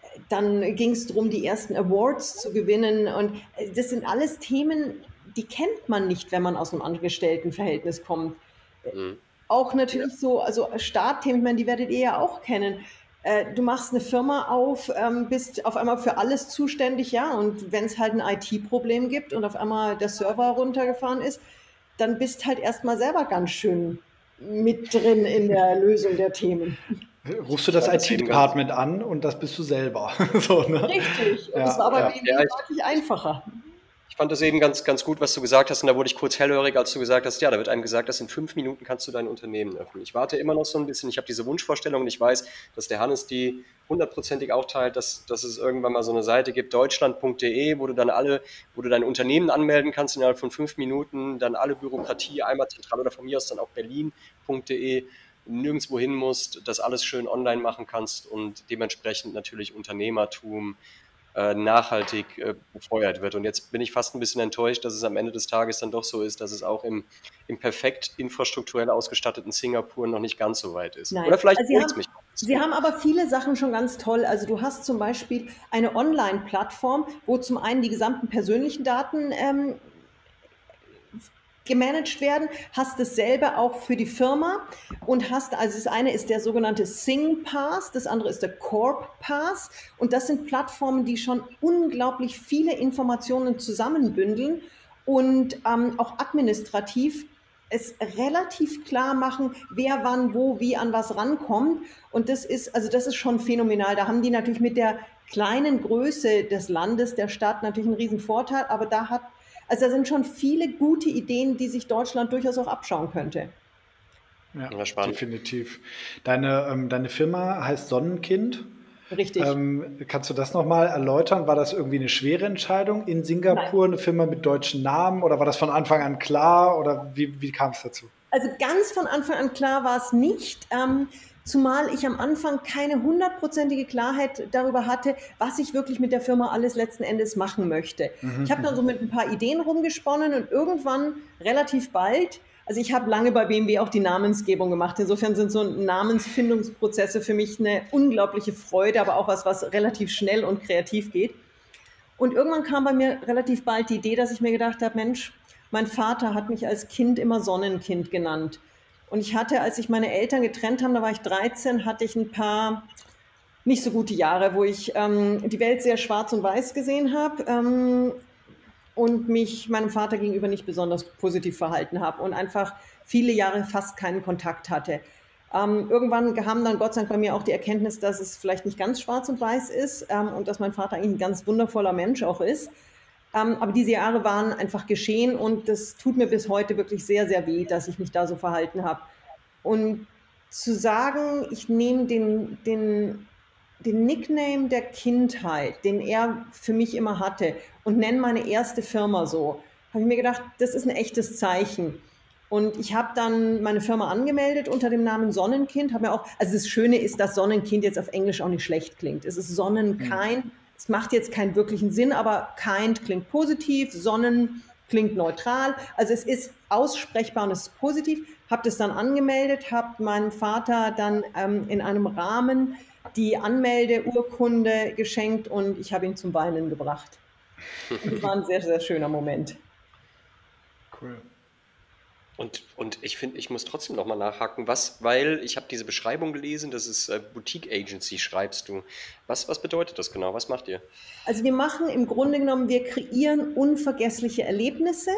dann ging es darum, die ersten Awards zu gewinnen. Und das sind alles Themen, die kennt man nicht, wenn man aus einem Angestelltenverhältnis kommt. mhm. Auch Ja, natürlich so, also Startthemen, ich meine, die werdet ihr ja auch kennen. Äh, Du machst eine Firma auf, ähm, bist auf einmal für alles zuständig, ja, und wenn es halt ein I T-Problem gibt und auf einmal der Server runtergefahren ist, dann bist halt erstmal selber ganz schön mit drin in der Lösung der Themen. Rufst du ich das fand das eben ganz, I T-Department an und das bist du selber. So, ne? Richtig. Und es Ja, war bei ja. B M W ja, ich, deutlich einfacher. ich fand das eben ganz, ganz gut, was du gesagt hast. Und da wurde ich kurz hellhörig, als du gesagt hast, ja, da wird einem gesagt, dass in fünf Minuten kannst du dein Unternehmen öffnen. Ich warte immer noch so ein bisschen. Ich habe diese Wunschvorstellung und ich weiß, dass der Hannes die hundertprozentig auch teilt, dass, dass es irgendwann mal so eine Seite gibt, deutschland punkt de, wo du dann alle, wo du dein Unternehmen anmelden kannst innerhalb von fünf Minuten, dann alle Bürokratie einmal zentral oder von mir aus dann auch berlin punkt de, nirgendwo hin musst, das alles schön online machen kannst und dementsprechend natürlich Unternehmertum äh, nachhaltig äh, befeuert wird. Und jetzt bin ich fast ein bisschen enttäuscht, dass es am Ende des Tages dann doch so ist, dass es auch im, im perfekt infrastrukturell ausgestatteten Singapur noch nicht ganz so weit ist. Nein. Oder vielleicht Also Sie beruhigt es haben, mich. Sie haben aber viele Sachen schon ganz toll. Also du hast zum Beispiel eine Online-Plattform, wo zum einen die gesamten persönlichen Daten ähm, gemanagt werden, hast dasselbe auch für die Firma und hast, also das eine ist der sogenannte Sing Pass, das andere ist der Corp Pass und das sind Plattformen, die schon unglaublich viele Informationen zusammenbündeln und ähm, auch administrativ es relativ klar machen, wer wann, wo, wie an was rankommt und das ist, also das ist schon phänomenal. Da haben die natürlich mit der kleinen Größe des Landes, der Stadt natürlich einen riesen Vorteil, aber da hat also da sind schon viele gute Ideen, die sich Deutschland durchaus auch abschauen könnte. Ja, Ja, spannend. definitiv. Deine, ähm, deine Firma heißt Sonnenkind. Richtig. Ähm, kannst du das nochmal erläutern? War das irgendwie eine schwere Entscheidung in Nein. Singapur, eine Firma mit deutschen Namen, oder war das von Anfang an klar, oder wie, wie kam es dazu? Also ganz von Anfang an klar war es nicht, ähm, zumal ich am Anfang keine hundertprozentige Klarheit darüber hatte, was ich wirklich mit der Firma alles letzten Endes machen möchte. Ich habe dann so mit ein paar Ideen rumgesponnen und irgendwann relativ bald, also ich habe lange bei B M W auch die Namensgebung gemacht. Insofern sind so Namensfindungsprozesse für mich eine unglaubliche Freude, aber auch was, was relativ schnell und kreativ geht. Und irgendwann kam bei mir relativ bald die Idee, dass ich mir gedacht habe, Mensch, mein Vater hat mich als Kind immer Sonnenkind genannt. Und ich hatte, als sich meine Eltern getrennt haben, da war ich dreizehn, hatte ich ein paar nicht so gute Jahre, wo ich ähm, die Welt sehr schwarz und weiß gesehen habe ähm, und mich meinem Vater gegenüber nicht besonders positiv verhalten habe und einfach viele Jahre fast keinen Kontakt hatte. Ähm, irgendwann kam dann Gott sei Dank bei mir auch die Erkenntnis, dass es vielleicht nicht ganz schwarz und weiß ist ähm, und dass mein Vater eigentlich ein ganz wundervoller Mensch auch ist. Ähm, aber diese Jahre waren einfach geschehen und das tut mir bis heute wirklich sehr, sehr weh, dass ich mich da so verhalten habe. Und zu sagen, ich nehme den, den, den Nickname der Kindheit, den er für mich immer hatte, und nenne meine erste Firma so, habe ich mir gedacht, das ist ein echtes Zeichen. Und ich habe dann meine Firma angemeldet unter dem Namen Sonnenkind. Habe mir auch, also das Schöne ist, dass Sonnenkind jetzt auf Englisch auch nicht schlecht klingt. Es ist Sonnenkind. Es macht jetzt keinen wirklichen Sinn, aber kind klingt positiv, Sonnen klingt neutral. Also es ist aussprechbar und es ist positiv. Habe das dann angemeldet, habe meinem Vater dann ähm, in einem Rahmen die Anmeldeurkunde geschenkt und ich habe ihn zum Weinen gebracht. Und das war ein sehr, sehr schöner Moment. Cool. Und, und ich finde, ich muss trotzdem nochmal nachhaken, was, weil ich habe diese Beschreibung gelesen, das ist äh, Boutique Agency, schreibst du. Was, was bedeutet das genau? Was macht ihr? Also wir machen im Grunde genommen, wir kreieren unvergessliche Erlebnisse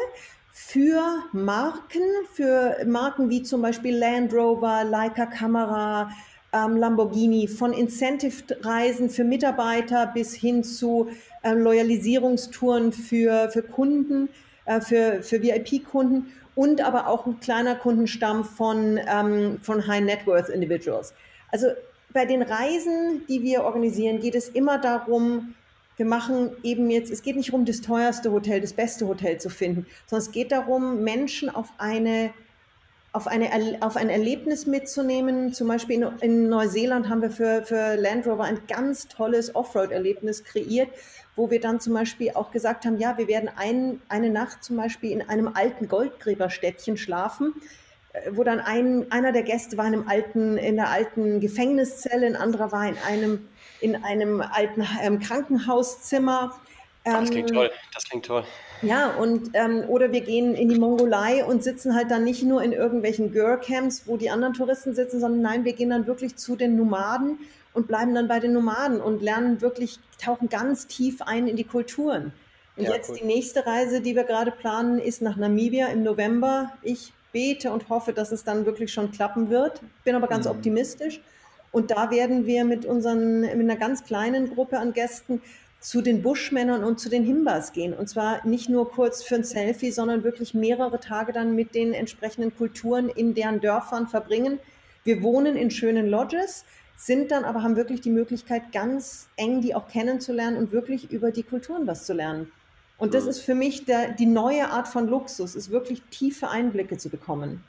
für Marken, für Marken wie zum Beispiel Land Rover, Leica Kamera, ähm, Lamborghini, von Incentive-Reisen für Mitarbeiter bis hin zu äh, Loyalisierungstouren für, für Kunden, äh, für, für V I P-Kunden und aber auch ein kleiner Kundenstamm von, ähm, von High-Net-Worth-Individuals. Also bei den Reisen, die wir organisieren, geht es immer darum, wir machen eben jetzt, es geht nicht darum, das teuerste Hotel, das beste Hotel zu finden, sondern es geht darum, Menschen auf eine auf, eine, auf ein Erlebnis mitzunehmen. Zum Beispiel in, in Neuseeland haben wir für, für Land Rover ein ganz tolles Offroad-Erlebnis kreiert, wo wir dann zum Beispiel auch gesagt haben, ja, wir werden ein, eine Nacht zum Beispiel in einem alten Goldgräberstädtchen schlafen, wo dann ein, einer der Gäste war in, einem alten, in der alten Gefängniszelle, ein anderer war in einem, in einem alten ähm, Krankenhauszimmer. Ah, das klingt Ähm, toll, das klingt toll. ja, und ähm, oder wir gehen in die Mongolei und sitzen halt dann nicht nur in irgendwelchen Girl-Camps, wo die anderen Touristen sitzen, sondern nein, wir gehen dann wirklich zu den Nomaden und bleiben dann bei den Nomaden und lernen wirklich, tauchen ganz tief ein in die Kulturen. Und Ja, jetzt cool. die nächste Reise, die wir gerade planen, ist nach Namibia im November. Ich bete und hoffe, dass es dann wirklich schon klappen wird. Bin aber ganz optimistisch. Und da werden wir mit unseren, mit einer ganz kleinen Gruppe an Gästen zu den Buschmännern und zu den Himbas gehen. Und zwar nicht nur kurz für ein Selfie, sondern wirklich mehrere Tage dann mit den entsprechenden Kulturen in deren Dörfern verbringen. Wir wohnen in schönen Lodges, sind dann aber, haben wirklich die Möglichkeit, ganz eng die auch kennenzulernen und wirklich über die Kulturen was zu lernen. Und das Hm. ist für mich der, die neue Art von Luxus, ist wirklich tiefe Einblicke zu bekommen.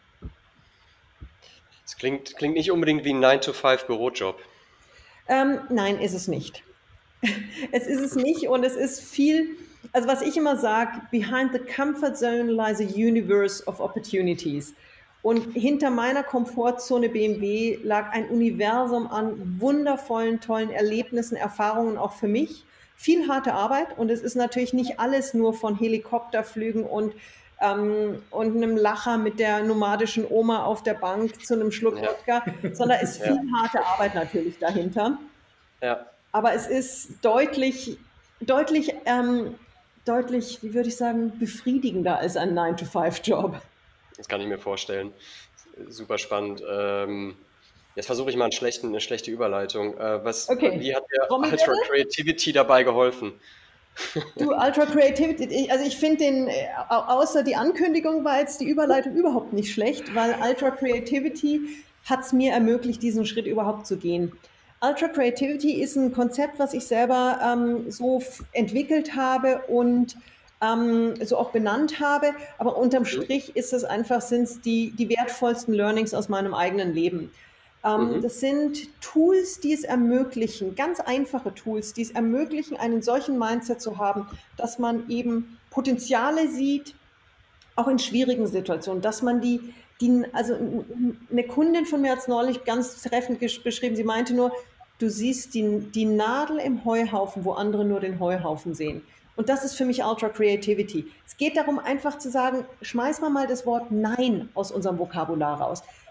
Das klingt, klingt nicht unbedingt wie ein nine to five Bürojob. Ähm, nein, ist es nicht. Es ist es nicht und es ist viel, also was ich immer sage, behind the comfort zone lies a universe of opportunities. Und hinter meiner Komfortzone B M W lag ein Universum an wundervollen, tollen Erlebnissen, Erfahrungen auch für mich. Viel harte Arbeit und es ist natürlich nicht alles nur von Helikopterflügen und, ähm, und einem Lacher mit der nomadischen Oma auf der Bank zu einem Schluck Ja, Wodka, sondern es ist ja, viel harte Arbeit natürlich dahinter. ja. Aber es ist deutlich, deutlich, ähm, deutlich, wie würde ich sagen, befriedigender als ein nine to five Job. Das kann ich mir vorstellen. Super spannend. Ähm, jetzt versuche ich mal einen schlechten, eine schlechte Überleitung. Äh, was, Okay, wie hat dir Ultra Trommelwirbel. Creativity dabei geholfen? Du, Ultra Creativity, ich- also ich finde den, äh, au- außer die Ankündigung war jetzt die Überleitung überhaupt nicht schlecht, weil Ultra Creativity hat es mir ermöglicht, diesen Schritt überhaupt zu gehen. Ultra Creativity ist ein Konzept, was ich selber ähm, so f- entwickelt habe und ähm, so auch benannt habe, aber unterm Mhm. Strich ist es einfach, sind es die, die wertvollsten Learnings aus meinem eigenen Leben. Ähm, Mhm. das sind Tools, die es ermöglichen, ganz einfache Tools, die es ermöglichen, einen solchen Mindset zu haben, dass man eben Potenziale sieht, auch in schwierigen Situationen, dass man die, die also eine Kundin von mir hat es neulich ganz treffend beschrieben, sie meinte nur, du siehst die, die Nadel im Heuhaufen, wo andere nur den Heuhaufen sehen. Und das ist für mich Ultra Creativity. Es geht darum, einfach zu sagen, schmeiß mal mal das Wort Nein aus unserem Vokabular raus.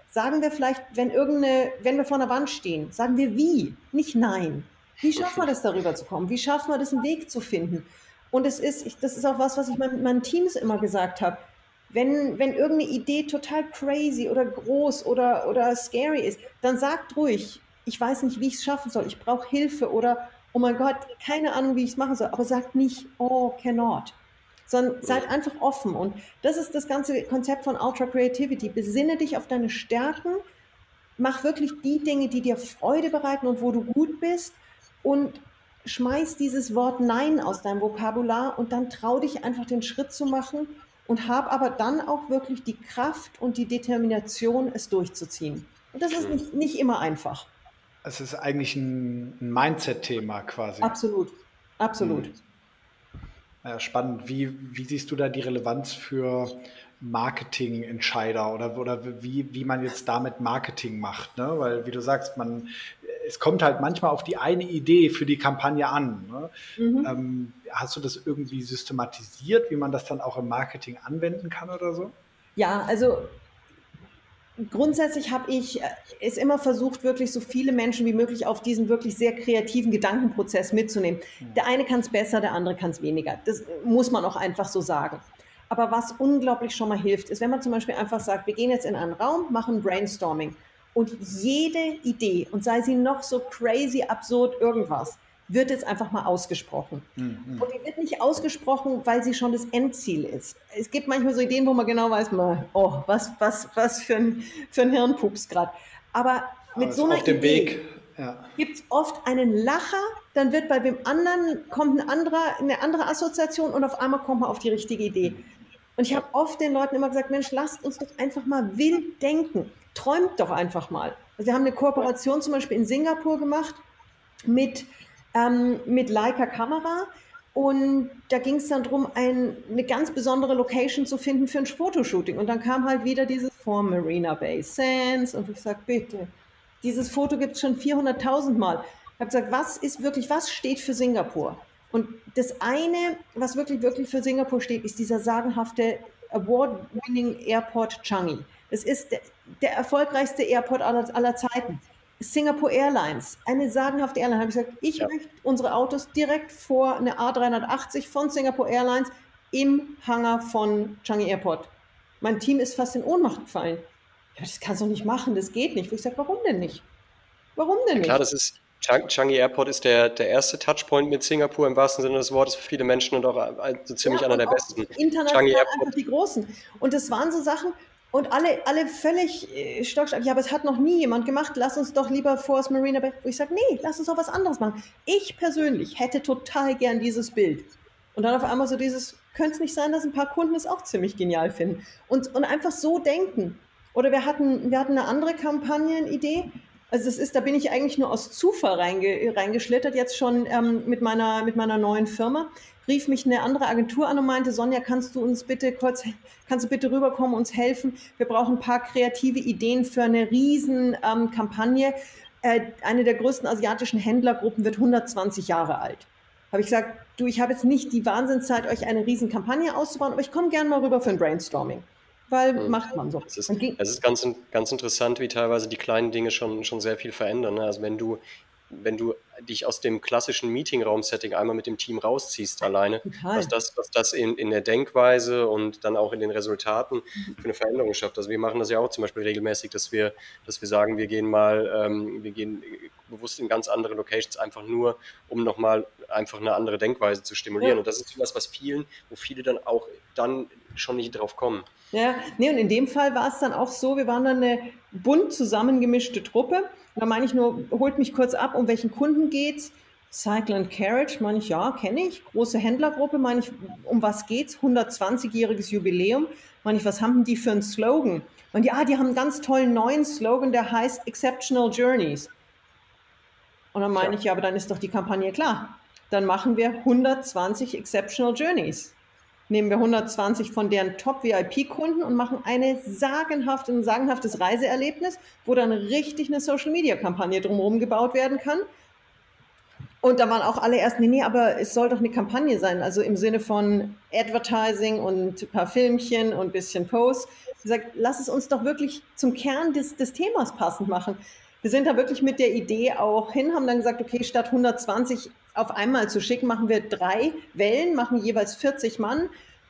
sagen wir vielleicht, wenn irgendeine, wenn wir vor einer Wand stehen, sagen wir wie, nicht nein. Wie schaffen wir das, darüber zu kommen? Wie schaffen wir das, einen Weg zu finden? Und es ist, ich, das ist auch was, was ich mit meinen Teams immer gesagt habe. Wenn, wenn irgendeine Idee total crazy oder groß oder, oder scary ist, dann sagt ruhig, ich weiß nicht, wie ich es schaffen soll, ich brauche Hilfe oder, oh mein Gott, keine Ahnung, wie ich es machen soll, aber sagt nicht, oh, cannot, sondern seid einfach offen. Und das ist das ganze Konzept von Ultra Creativity. Besinne dich auf deine Stärken, mach wirklich die Dinge, die dir Freude bereiten und wo du gut bist und schmeiß dieses Wort Nein aus deinem Vokabular und dann trau dich einfach den Schritt zu machen und hab aber dann auch wirklich die Kraft und die Determination, es durchzuziehen. Und das ist nicht, nicht immer einfach. Es ist eigentlich ein, ein Mindset-Thema quasi. Absolut, absolut. Hm. Ja, spannend. Wie, wie siehst du da die Relevanz für Marketingentscheider oder, oder wie, wie man jetzt damit Marketing macht? Ne? Weil, wie du sagst, man, es kommt halt manchmal auf die eine Idee für die Kampagne an. Ne? Mhm. Ähm, hast du das irgendwie systematisiert, wie man das dann auch im Marketing anwenden kann oder so? Ja, also grundsätzlich habe ich es immer versucht, wirklich so viele Menschen wie möglich auf diesen wirklich sehr kreativen Gedankenprozess mitzunehmen. Der eine kann es besser, der andere kann es weniger. Das muss man auch einfach so sagen. Aber was unglaublich schon mal hilft, ist, wenn man zum Beispiel einfach sagt, wir gehen jetzt in einen Raum, machen Brainstorming und jede Idee, und sei sie noch so crazy, absurd, irgendwas, wird jetzt einfach mal ausgesprochen. Mhm. Und die wird nicht ausgesprochen, weil sie schon das Endziel ist. Es gibt manchmal so Ideen, wo man genau weiß, oh, was, was, was für ein, für ein Hirnpups gerade. Aber mit Aber so einer auf dem Idee Weg ja. gibt es oft einen Lacher, dann wird bei dem anderen, kommt ein anderer, eine andere Assoziation und auf einmal kommt man auf die richtige Idee. Und ich habe oft den Leuten immer gesagt, Mensch, lasst uns doch einfach mal wild denken. Träumt doch einfach mal. Also wir haben eine Kooperation zum Beispiel in Singapur gemacht mit Ähm, mit Leica Kamera und da ging es dann darum, ein, eine ganz besondere Location zu finden für ein Fotoshooting und dann kam halt wieder dieses vor Marina Bay Sands und ich sage, bitte, dieses Foto gibt es schon vierhunderttausend Mal. Ich habe gesagt, was ist wirklich, was steht für Singapur? Und das eine, was wirklich, wirklich für Singapur steht, ist dieser sagenhafte Award-winning Airport Changi. Es ist der, der erfolgreichste Airport aller, aller Zeiten. Singapore Airlines, eine sagenhafte Airline, habe ich gesagt, ich ja. möchte unsere Autos direkt vor eine A dreihundertachtzig von Singapore Airlines im Hangar von Changi Airport. Mein Team ist fast in Ohnmacht gefallen. Ja, das kannst du doch nicht machen, das geht nicht. Ich sage, warum denn nicht? Warum denn nicht? Ja, klar, das ist, Changi Airport ist der, der erste Touchpoint mit Singapur im wahrsten Sinne des Wortes für viele Menschen und auch so ziemlich ja, einer der besten. International einfach die Großen. Und das waren so Sachen, und alle, alle völlig äh, stockstark. Ja, aber es hat noch nie jemand gemacht. Lass uns doch lieber vor das Marina Bay. Wo ich sage, nee, lass uns doch was anderes machen. Ich persönlich hätte total gern dieses Bild. Und dann auf einmal so dieses, könnte es nicht sein, dass ein paar Kunden es auch ziemlich genial finden. Und, und einfach so denken. Oder wir hatten, wir hatten eine andere Kampagnenidee. Also das ist, da bin ich eigentlich nur aus Zufall reinge, reingeschlittert, jetzt schon ähm, mit, meiner, mit meiner neuen Firma. Rief mich eine andere Agentur an und meinte, Sonja, kannst du uns bitte kurz, kannst du bitte rüberkommen, uns helfen? Wir brauchen ein paar kreative Ideen für eine riesen ähm, Kampagne. Äh, eine der größten asiatischen Händlergruppen wird hundertzwanzig Jahre alt. Habe ich gesagt, du, ich habe jetzt nicht die Wahnsinnszeit, euch eine riesen Kampagne auszubauen, aber ich komme gerne mal rüber für ein Brainstorming. Weil hm. macht man so. Es ist, es ist ganz, ganz interessant, wie teilweise die kleinen Dinge schon, schon sehr viel verändern. Ne? Also wenn du, wenn du dich aus dem klassischen Meetingraum-Setting einmal mit dem Team rausziehst alleine, Total. was das, was das in, in der Denkweise und dann auch in den Resultaten für eine Veränderung schafft. Also wir machen das ja auch zum Beispiel regelmäßig, dass wir, dass wir sagen, wir gehen mal, ähm, wir gehen bewusst in ganz andere Locations, einfach nur, um nochmal einfach eine andere Denkweise zu stimulieren. Ja. Und das ist etwas, was vielen, wo viele dann auch dann schon nicht drauf kommen. Ja, nee, und in dem Fall war es dann auch so, wir waren dann eine bunt zusammengemischte Truppe. Da meine ich nur, holt mich kurz ab, um welchen Kunden geht's? Cycle and Carriage, meine ich, ja, kenne ich. Große Händlergruppe, meine ich, um was geht's? hundertzwanzigjähriges Jubiläum. Meine ich, was haben die für einen Slogan? Meine ich, ah, die haben einen ganz tollen neuen Slogan, der heißt Exceptional Journeys. Und dann meine ja. ich, ja, aber dann ist doch die Kampagne klar. Dann machen wir hundertzwanzig Exceptional Journeys. Nehmen wir hundertzwanzig von deren Top-V I P-Kunden und machen eine sagenhafte, ein sagenhaftes Reiseerlebnis, wo dann richtig eine Social-Media-Kampagne drumherum gebaut werden kann. Und da waren auch alle erst, nee, nee, aber es soll doch eine Kampagne sein, also im Sinne von Advertising und ein paar Filmchen und ein bisschen Posts. Ich gesagt, lass es uns doch wirklich zum Kern des, des Themas passend machen. Wir sind da wirklich mit der Idee auch hin, haben dann gesagt, okay, statt hundertzwanzig auf einmal zu schicken, machen wir drei Wellen, machen jeweils vierzig Mann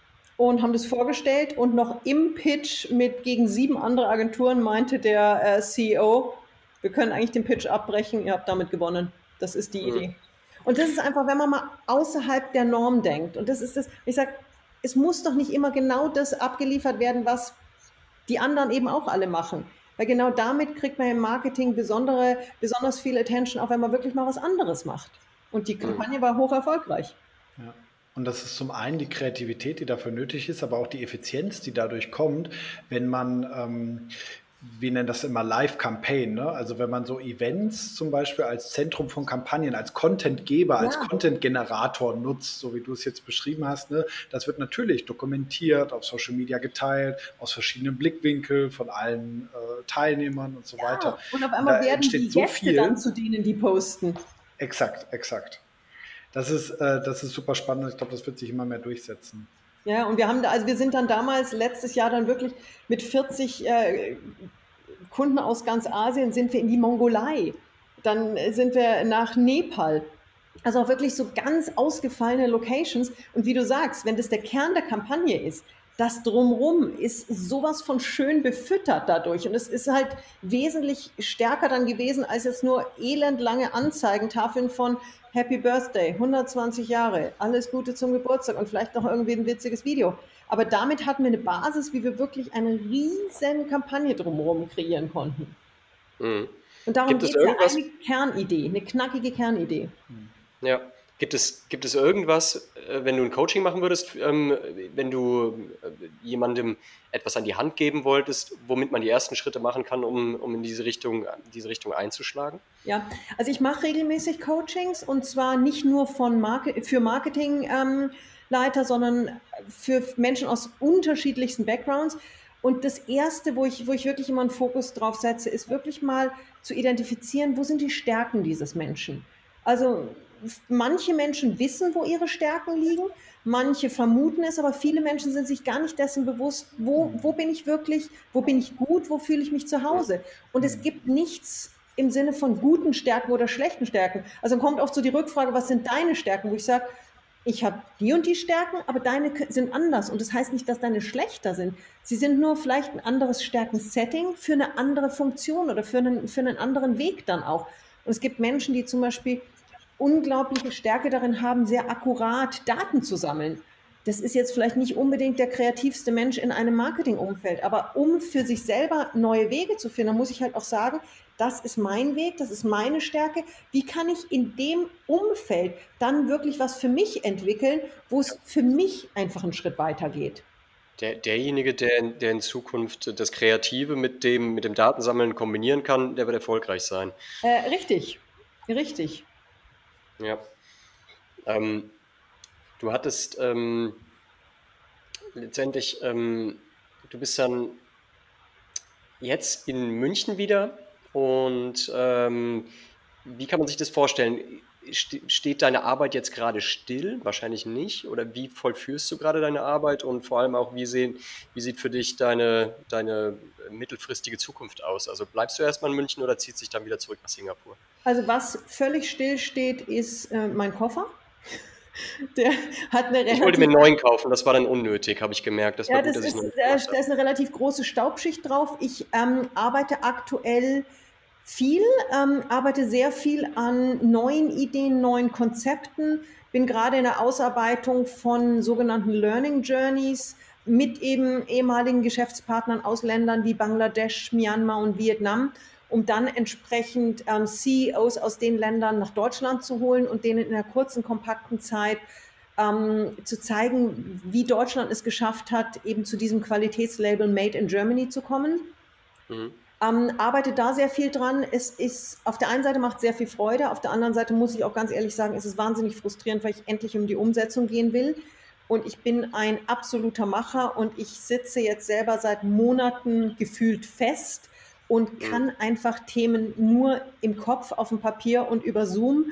und haben das vorgestellt. Und noch im Pitch mit gegen sieben andere Agenturen meinte der äh, C E O, wir können eigentlich den Pitch abbrechen, ihr habt damit gewonnen. Das ist die Mhm. Idee. Und das ist einfach, wenn man mal außerhalb der Norm denkt. Und das ist das, ich sage, es muss doch nicht immer genau das abgeliefert werden, was die anderen eben auch alle machen. Weil genau damit kriegt man im Marketing besondere, besonders viel Attention, auch wenn man wirklich mal was anderes macht. Und die Kampagne war hoch erfolgreich. Ja. Und das ist zum einen die Kreativität, die dafür nötig ist, aber auch die Effizienz, die dadurch kommt, wenn man, ähm, wir nennen das immer Live-Campaign, ne? Also wenn man so Events zum Beispiel als Zentrum von Kampagnen, als Contentgeber, als Ja. Content-Generator nutzt, so wie du es jetzt beschrieben hast, ne? Das wird natürlich dokumentiert, auf Social Media geteilt, aus verschiedenen Blickwinkeln von allen äh, Teilnehmern und so weiter. Und auf Und einmal da werden entsteht die so Gäste viel. dann zu denen, die posten. Exakt, exakt. Das ist, äh, das ist super spannend. Ich glaube, das wird sich immer mehr durchsetzen. Ja, und wir haben da, also wir sind dann damals letztes Jahr dann wirklich mit vierzig äh, Kunden aus ganz Asien sind wir in die Mongolei. Dann sind wir nach Nepal. Also auch wirklich so ganz ausgefallene Locations. Und wie du sagst, wenn das der Kern der Kampagne ist, das Drumrum ist sowas von schön befüttert dadurch. Und es ist halt wesentlich stärker dann gewesen, als jetzt nur elendlange Anzeigentafeln von Happy Birthday, hundertzwanzig Jahre, alles Gute zum Geburtstag und vielleicht noch irgendwie ein witziges Video. Aber damit hatten wir eine Basis, wie wir wirklich eine riesen Kampagne drumherum kreieren konnten. Mhm. Und darum Gibt es geht es ja, irgendwas? eine Kernidee, eine knackige Kernidee. Ja. Gibt es, gibt es irgendwas, äh, wenn du ein Coaching machen würdest, ähm, wenn du äh, jemandem etwas an die Hand geben wolltest, womit man die ersten Schritte machen kann, um, um in diese Richtung, diese Richtung einzuschlagen? Ja, also ich mache regelmäßig Coachings und zwar nicht nur von Marke- für Marketingleiter, sondern für Menschen aus unterschiedlichsten Backgrounds. Und das Erste, wo ich, wo ich wirklich immer einen Fokus drauf setze, ist wirklich mal zu identifizieren, wo sind die Stärken dieses Menschen. Also f- manche Menschen wissen, wo ihre Stärken liegen, manche vermuten es, aber viele Menschen sind sich gar nicht dessen bewusst, wo, wo bin ich wirklich, wo bin ich gut, wo fühle ich mich zu Hause. Und es gibt nichts im Sinne von guten Stärken oder schlechten Stärken. Also dann kommt oft so die Rückfrage, was sind deine Stärken? Wo ich sage, ich habe die und die Stärken, aber deine k- sind anders. Und das heißt nicht, dass deine schlechter sind. Sie sind nur vielleicht ein anderes Stärkensetting für eine andere Funktion oder für einen, für einen anderen Weg dann auch. Und es gibt Menschen, die zum Beispiel unglaubliche Stärke darin haben, sehr akkurat Daten zu sammeln. Das ist jetzt vielleicht nicht unbedingt der kreativste Mensch in einem Marketingumfeld, aber um für sich selber neue Wege zu finden, muss ich halt auch sagen, das ist mein Weg, das ist meine Stärke. Wie kann ich in dem Umfeld dann wirklich was für mich entwickeln, wo es für mich einfach einen Schritt weiter geht? Der, derjenige, der in, der in Zukunft das Kreative mit dem, mit dem Datensammeln kombinieren kann, der wird erfolgreich sein. Äh, richtig, richtig. Ja. Ähm, du hattest ähm, letztendlich, ähm, du bist dann jetzt in München wieder und ähm, wie kann man sich das vorstellen? Ste- Steht deine Arbeit jetzt gerade still? Wahrscheinlich nicht. Oder wie vollführst du gerade deine Arbeit? Und vor allem auch, wie sehen, wie sieht für dich deine, deine mittelfristige Zukunft aus? Also bleibst du erstmal in München oder zieht sich dann wieder zurück nach Singapur? Also was völlig still steht, ist äh, mein Koffer. Der hat eine Ich wollte mir relativ einen neuen kaufen, das war dann unnötig, habe ich gemerkt. Das war Ja, gut, das dass ich ist, noch nicht da gemacht ist da habe. ist eine relativ große Staubschicht drauf. Ich ähm, arbeite aktuell viel, ähm, arbeite sehr viel an neuen Ideen, neuen Konzepten, bin gerade in der Ausarbeitung von sogenannten Learning Journeys mit eben ehemaligen Geschäftspartnern aus Ländern wie Bangladesch, Myanmar und Vietnam, um dann entsprechend ähm, C E Os aus den Ländern nach Deutschland zu holen und denen in einer kurzen, kompakten Zeit ähm, zu zeigen, wie Deutschland es geschafft hat, eben zu diesem Qualitätslabel Made in Germany zu kommen. Mhm. Ähm, arbeite da sehr viel dran. Es ist, auf der einen Seite macht es sehr viel Freude, auf der anderen Seite muss ich auch ganz ehrlich sagen, es ist wahnsinnig frustrierend, weil ich endlich um die Umsetzung gehen will. Und ich bin ein absoluter Macher und ich sitze jetzt selber seit Monaten gefühlt fest und Mhm. kann einfach Themen nur im Kopf, auf dem Papier und über Zoom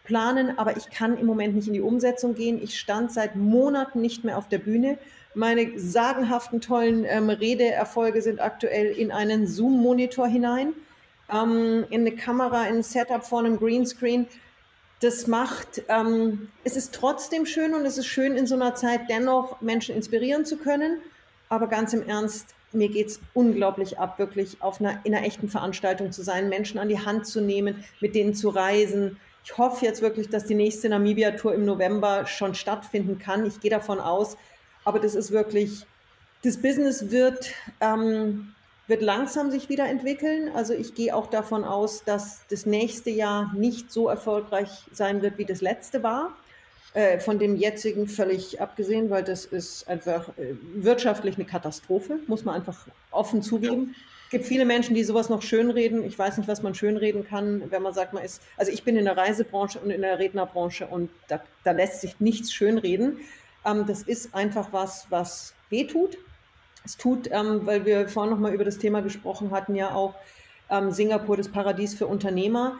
planen, aber ich kann im Moment nicht in die Umsetzung gehen. Ich stand seit Monaten nicht mehr auf der Bühne. Meine sagenhaften, tollen ähm, Redeerfolge sind aktuell in einen Zoom-Monitor hinein, ähm, in eine Kamera, in ein Setup vor einem Greenscreen. Das macht, ähm, es ist trotzdem schön und es ist schön in so einer Zeit dennoch Menschen inspirieren zu können, aber ganz im Ernst, mir geht's unglaublich ab, wirklich auf einer, in einer echten Veranstaltung zu sein, Menschen an die Hand zu nehmen, mit denen zu reisen. Ich hoffe jetzt wirklich, dass die nächste Namibia-Tour im November schon stattfinden kann. Ich gehe davon aus, aber das ist wirklich, das Business wird, ähm, wird langsam sich wieder entwickeln. Also ich gehe auch davon aus, dass das nächste Jahr nicht so erfolgreich sein wird, wie das letzte war. Äh, von dem jetzigen völlig abgesehen, weil das ist einfach äh, wirtschaftlich eine Katastrophe, muss man einfach offen zugeben. Es gibt viele Menschen, die sowas noch schönreden. Ich weiß nicht, was man schönreden kann, wenn man sagt, man ist, also ich bin in der Reisebranche und in der Rednerbranche und da, da lässt sich nichts schönreden. Ähm, das ist einfach was, was wehtut. Es tut, ähm, weil wir vorhin noch mal über das Thema gesprochen hatten, ja auch ähm, Singapur, das Paradies für Unternehmer,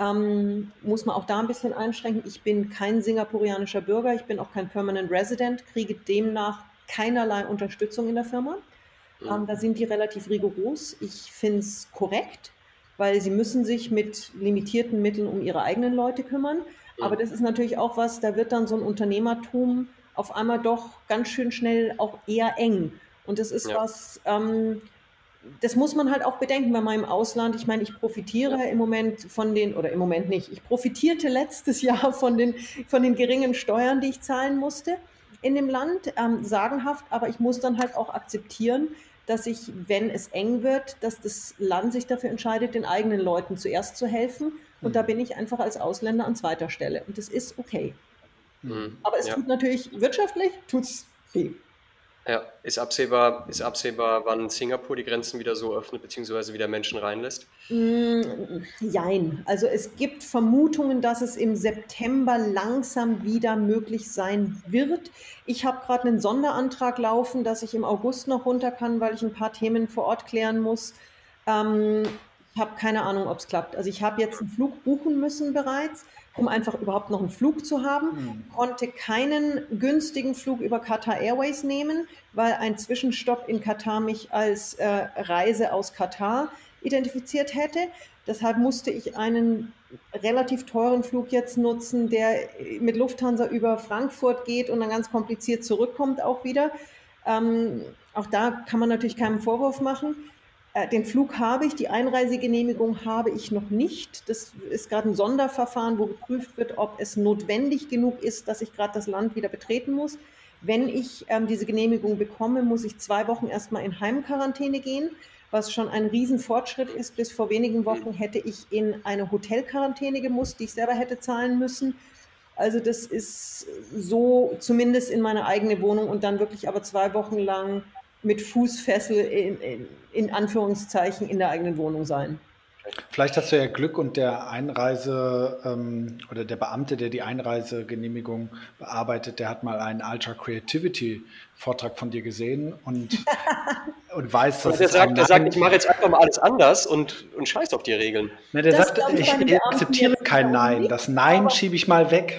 ähm, muss man auch da ein bisschen einschränken. Ich bin kein singapurianischer Bürger, ich bin auch kein Permanent Resident, kriege demnach keinerlei Unterstützung in der Firma. Ähm, da sind die relativ rigoros. Ich finde es korrekt, weil sie müssen sich mit limitierten Mitteln um ihre eigenen Leute kümmern. Aber das ist natürlich auch was, da wird dann so ein Unternehmertum auf einmal doch ganz schön schnell auch eher eng. Und das ist Ja, was, ähm, das muss man halt auch bedenken, wenn man im Ausland, ich meine, ich profitiere ja, im Moment von den, oder im Moment nicht, ich profitierte letztes Jahr von den, von den geringen Steuern, die ich zahlen musste in dem Land, ähm, sagenhaft, aber ich muss dann halt auch akzeptieren, dass ich, wenn es eng wird, dass das Land sich dafür entscheidet, den eigenen Leuten zuerst zu helfen. Und da bin ich einfach als Ausländer an zweiter Stelle. Und das ist okay. mhm, Aber es ja. tut natürlich wirtschaftlich, tut's weh. Ja, ist absehbar, ist absehbar, wann Singapur die Grenzen wieder so öffnet, beziehungsweise wieder Menschen reinlässt? Mm, Jein. Also es gibt Vermutungen, dass es im September langsam wieder möglich sein wird. Ich habe gerade einen Sonderantrag laufen, dass ich im August noch runter kann, weil ich ein paar Themen vor Ort klären muss. Ähm, ich habe keine Ahnung, ob es klappt. Also ich habe jetzt einen Flug buchen müssen bereits, um einfach überhaupt noch einen Flug zu haben. Konnte keinen günstigen Flug über Qatar Airways nehmen, weil ein Zwischenstopp in Katar mich als äh, Reise aus Katar identifiziert hätte. Deshalb musste ich einen relativ teuren Flug jetzt nutzen, der mit Lufthansa über Frankfurt geht und dann ganz kompliziert zurückkommt auch wieder. Ähm, auch da kann man natürlich keinen Vorwurf machen. Äh, den Flug habe ich, die Einreisegenehmigung habe ich noch nicht. Das ist gerade ein Sonderverfahren, wo geprüft wird, ob es notwendig genug ist, dass ich gerade das Land wieder betreten muss. Wenn ich ähm, diese Genehmigung bekomme, muss ich zwei Wochen erstmal in Heimquarantäne gehen, was schon ein Riesenfortschritt ist. Bis vor wenigen Wochen hätte ich in eine Hotelquarantäne gemusst, die ich selber hätte zahlen müssen. Also das ist so zumindest in meine eigene Wohnung und dann wirklich aber zwei Wochen lang mit Fußfessel in, in, in Anführungszeichen in der eigenen Wohnung sein. Vielleicht hast du ja Glück und der Einreise ähm, oder der Beamte, der die Einreisegenehmigung bearbeitet, der hat mal einen Ultra Creativity Vortrag von dir gesehen und, und weiß, Oder dass der es ein sagt, der sagt, Nein. ich mache jetzt einfach mal alles anders und, und scheiß auf die Regeln. Ne, der Das sagt, glaube ich ich bei den Beamten akzeptiere jetzt kein wiederum Nein. nicht, Das Nein aber schiebe ich mal weg.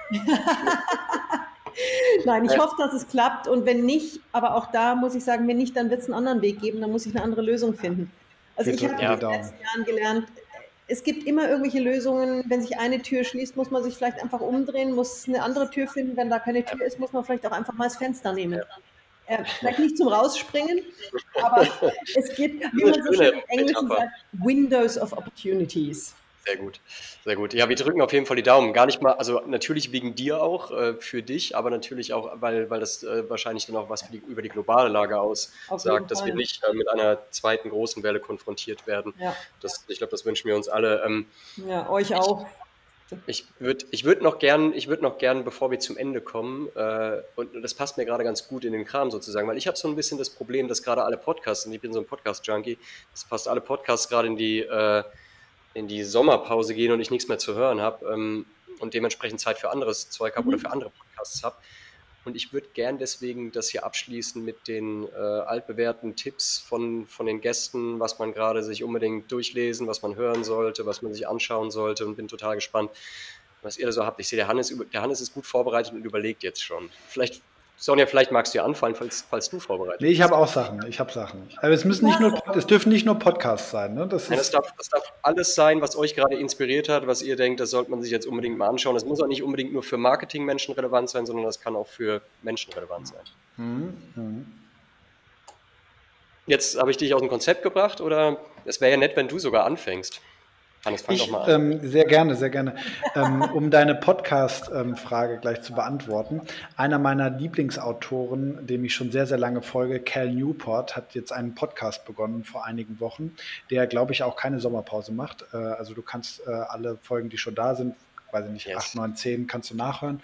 nein, ich Äh, hoffe, dass es klappt und wenn nicht, aber auch da muss ich sagen, wenn nicht, dann wird es einen anderen Weg geben, dann muss ich eine andere Lösung finden. Also Wir ich habe drücken in die ja, den Daumen. letzten Jahren gelernt, es gibt immer irgendwelche Lösungen. Wenn sich eine Tür schließt, muss man sich vielleicht einfach umdrehen, muss eine andere Tür finden. Wenn da keine Tür ist, muss man vielleicht auch einfach mal das Fenster nehmen. Äh, vielleicht nicht zum Rausspringen, aber es gibt, das ist wie eine man so schöne schön im Englischen Metapher. sagt, Windows of Opportunities. Sehr gut, sehr gut. Ja, wir drücken auf jeden Fall die Daumen. Gar nicht mal, also natürlich wegen dir auch, äh, für dich, aber natürlich auch, weil, weil das äh, wahrscheinlich dann auch was für die, über die globale Lage Auf jeden aussagt, dass wir Fall. nicht äh, mit einer zweiten großen Welle konfrontiert werden. Ja, Das, ich glaube, das wünschen wir uns alle. Ähm, ja, euch ich auch. ich würde ich würd noch gern, ich würde noch gern, bevor wir zum Ende kommen, äh, und das passt mir gerade ganz gut in den Kram sozusagen, weil ich habe so ein bisschen das Problem, dass gerade alle Podcasts, und ich bin so ein Podcast-Junkie, dass fast alle Podcasts gerade in die äh, in die Sommerpause gehen und ich nichts mehr zu hören habe, ähm, und dementsprechend Zeit für anderes Zeug habe oder für andere Podcasts habe. Und ich würde gern deswegen das hier abschließen mit den äh, altbewährten Tipps von, von den Gästen, was man gerade sich unbedingt durchlesen, was man hören sollte, was man sich anschauen sollte, und bin total gespannt, was ihr da so habt. Ich sehe, der Hannes, der Hannes ist gut vorbereitet und überlegt jetzt schon. Vielleicht, Sonja, vielleicht magst du ja anfangen, falls, falls du vorbereitet bist. Nee, ich habe auch Sachen. Ich habe Sachen. Aber es müssen nicht nur, es dürfen nicht nur Podcasts sein. Ne? Das, Nein, das, darf, das darf alles sein, was euch gerade inspiriert hat, was ihr denkt, das sollte man sich jetzt unbedingt mal anschauen. Das muss auch nicht unbedingt nur für Marketingmenschen relevant sein, sondern das kann auch für Menschen relevant sein. Mhm. Mhm. Jetzt habe ich dich aus dem Konzept gebracht, oder es wäre ja nett, wenn du sogar anfängst. Hannes, fang ich, doch mal an. Ähm, sehr gerne, sehr gerne. ähm, um deine Podcast-Frage ähm, gleich zu beantworten. Einer meiner Lieblingsautoren, dem ich schon sehr, sehr lange folge, Cal Newport, hat jetzt einen Podcast begonnen vor einigen Wochen, der, glaube ich, auch keine Sommerpause macht. Äh, also du kannst äh, alle Folgen, die schon da sind, weiß ich nicht, yes. acht, neun, zehn, kannst du nachhören.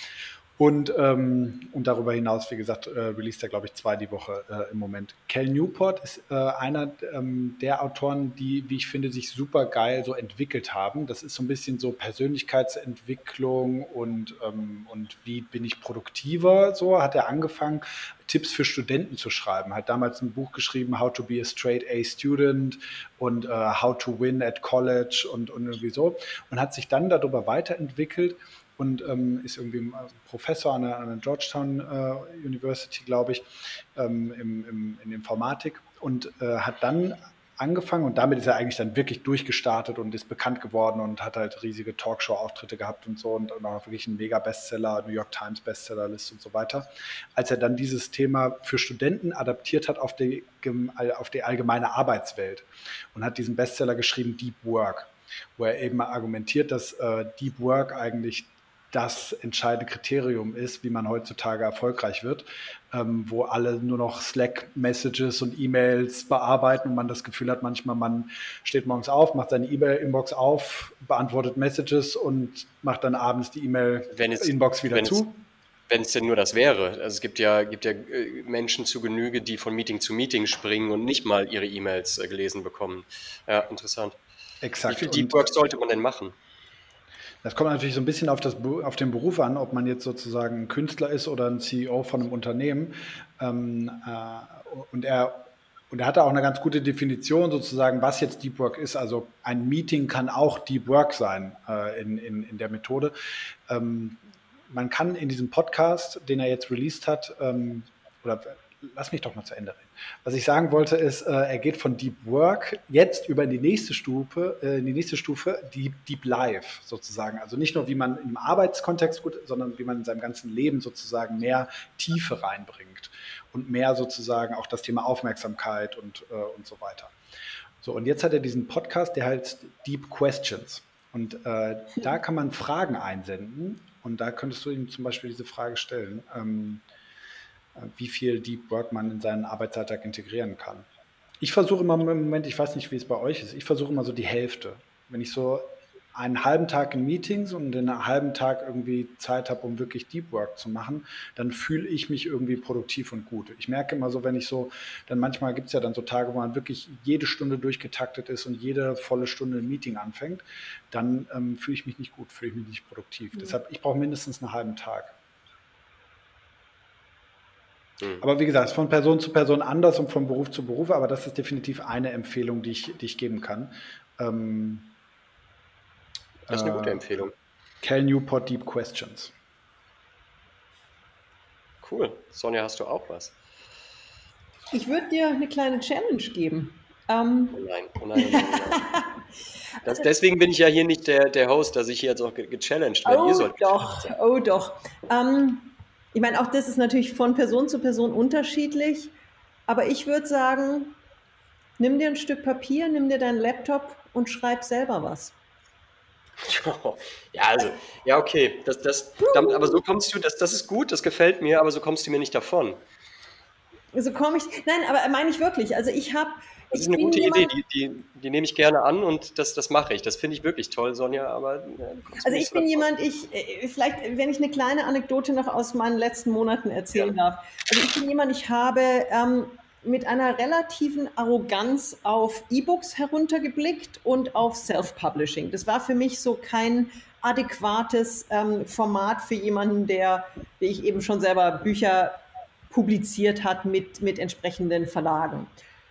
Und, ähm, und darüber hinaus, wie gesagt, äh, released er, glaube ich, zwei die Woche äh, im Moment. Cal Newport ist äh, einer ähm, der Autoren, die, wie ich finde, sich super geil so entwickelt haben. Das ist so ein bisschen so Persönlichkeitsentwicklung und, ähm, und wie bin ich produktiver. So hat er angefangen, Tipps für Studenten zu schreiben. Hat damals ein Buch geschrieben, How to be a Straight A Student und uh, How to Win at College und, und irgendwie so. Und hat sich dann darüber weiterentwickelt und ähm, ist irgendwie Professor an der, an der Georgetown äh, University, glaube ich, ähm, im, im, in Informatik und äh, hat dann angefangen und damit ist er eigentlich dann wirklich durchgestartet und ist bekannt geworden und hat halt riesige Talkshow-Auftritte gehabt und so und, und auch wirklich einen Mega-Bestseller, New York Times Bestsellerliste und so weiter. Als er dann dieses Thema für Studenten adaptiert hat auf die, auf die allgemeine Arbeitswelt und hat diesen Bestseller geschrieben, Deep Work, wo er eben argumentiert, dass äh, Deep Work eigentlich das entscheidende Kriterium ist, wie man heutzutage erfolgreich wird, ähm, wo alle nur noch Slack-Messages und E-Mails bearbeiten und man das Gefühl hat, manchmal man steht morgens auf, macht seine E-Mail-Inbox auf, beantwortet Messages und macht dann abends die E-Mail-Inbox wieder wenn zu. Es, wenn es denn nur das wäre. Also es gibt ja, gibt ja Menschen zu Genüge, die von Meeting zu Meeting springen und nicht mal ihre E-Mails äh, gelesen bekommen. Ja, interessant. Exakt. Wie viel Deep Work sollte man denn machen? Das kommt natürlich so ein bisschen auf, das, auf den Beruf an, ob man jetzt sozusagen ein Künstler ist oder ein C E O von einem Unternehmen. Ähm, äh, und, er, und er hatte auch eine ganz gute Definition sozusagen, was jetzt Deep Work ist. Also ein Meeting kann auch Deep Work sein äh, in, in, in der Methode. Ähm, man kann in diesem Podcast, den er jetzt released hat, ähm, oder lass mich doch mal zu Ende reden. Was ich sagen wollte ist, äh, er geht von Deep Work jetzt über in die nächste Stufe, äh, in die nächste Stufe, Deep, Deep Life sozusagen. Also nicht nur, wie man im Arbeitskontext gut, sondern wie man in seinem ganzen Leben sozusagen mehr Tiefe reinbringt und mehr sozusagen auch das Thema Aufmerksamkeit und, äh, und so weiter. So, und jetzt hat er diesen Podcast, der heißt Deep Questions. Und äh, da kann man Fragen einsenden und da könntest du ihm zum Beispiel diese Frage stellen. Ähm, wie viel Deep Work man in seinen Arbeitsalltag integrieren kann. Ich versuche immer im Moment, ich weiß nicht, wie es bei euch ist, ich versuche immer so die Hälfte. Wenn ich so einen halben Tag in Meetings und einen halben Tag irgendwie Zeit habe, um wirklich Deep Work zu machen, dann fühle ich mich irgendwie produktiv und gut. Ich merke immer so, wenn ich so, dann manchmal gibt es ja dann so Tage, wo man wirklich jede Stunde durchgetaktet ist und jede volle Stunde ein Meeting anfängt, dann ähm, fühle ich mich nicht gut, fühle ich mich nicht produktiv. Mhm. Deshalb, ich brauche mindestens einen halben Tag. Aber wie gesagt, von Person zu Person anders und von Beruf zu Beruf, aber das ist definitiv eine Empfehlung, die ich, die ich geben kann. Ähm, das ist eine äh, gute Empfehlung. Cal Newport Deep Questions. Cool. Sonja, hast du auch was? Ich würde dir eine kleine Challenge geben. Ähm, oh nein, oh nein, oh nein, oh nein. Das, deswegen bin ich ja hier nicht der, der Host, dass ich hier jetzt auch ge- gechallenged werde. Oh Ihr sollt doch, oh doch. Ähm, Ich meine, auch das ist natürlich von Person zu Person unterschiedlich, aber ich würde sagen, nimm dir ein Stück Papier, nimm dir deinen Laptop und schreib selber was. Ja, also, ja, okay, das, das, damit, aber so kommst du, das, das ist gut, das gefällt mir, aber so kommst du mir nicht davon. So komme ich, nein, aber meine ich wirklich, also ich habe... Das ist eine gute Idee, die, die, die nehme ich gerne an und das, das mache ich. Das finde ich wirklich toll, Sonja, aber... Ja, also ich bin jemand, ich, vielleicht, wenn ich eine kleine Anekdote noch aus meinen letzten Monaten erzählen ja. darf. Also ich bin jemand, ich habe ähm, mit einer relativen Arroganz auf E-Books heruntergeblickt und auf Self-Publishing. Das war für mich so kein adäquates ähm, Format für jemanden, der, wie ich eben schon selber Bücher publiziert hat mit, mit entsprechenden Verlagen.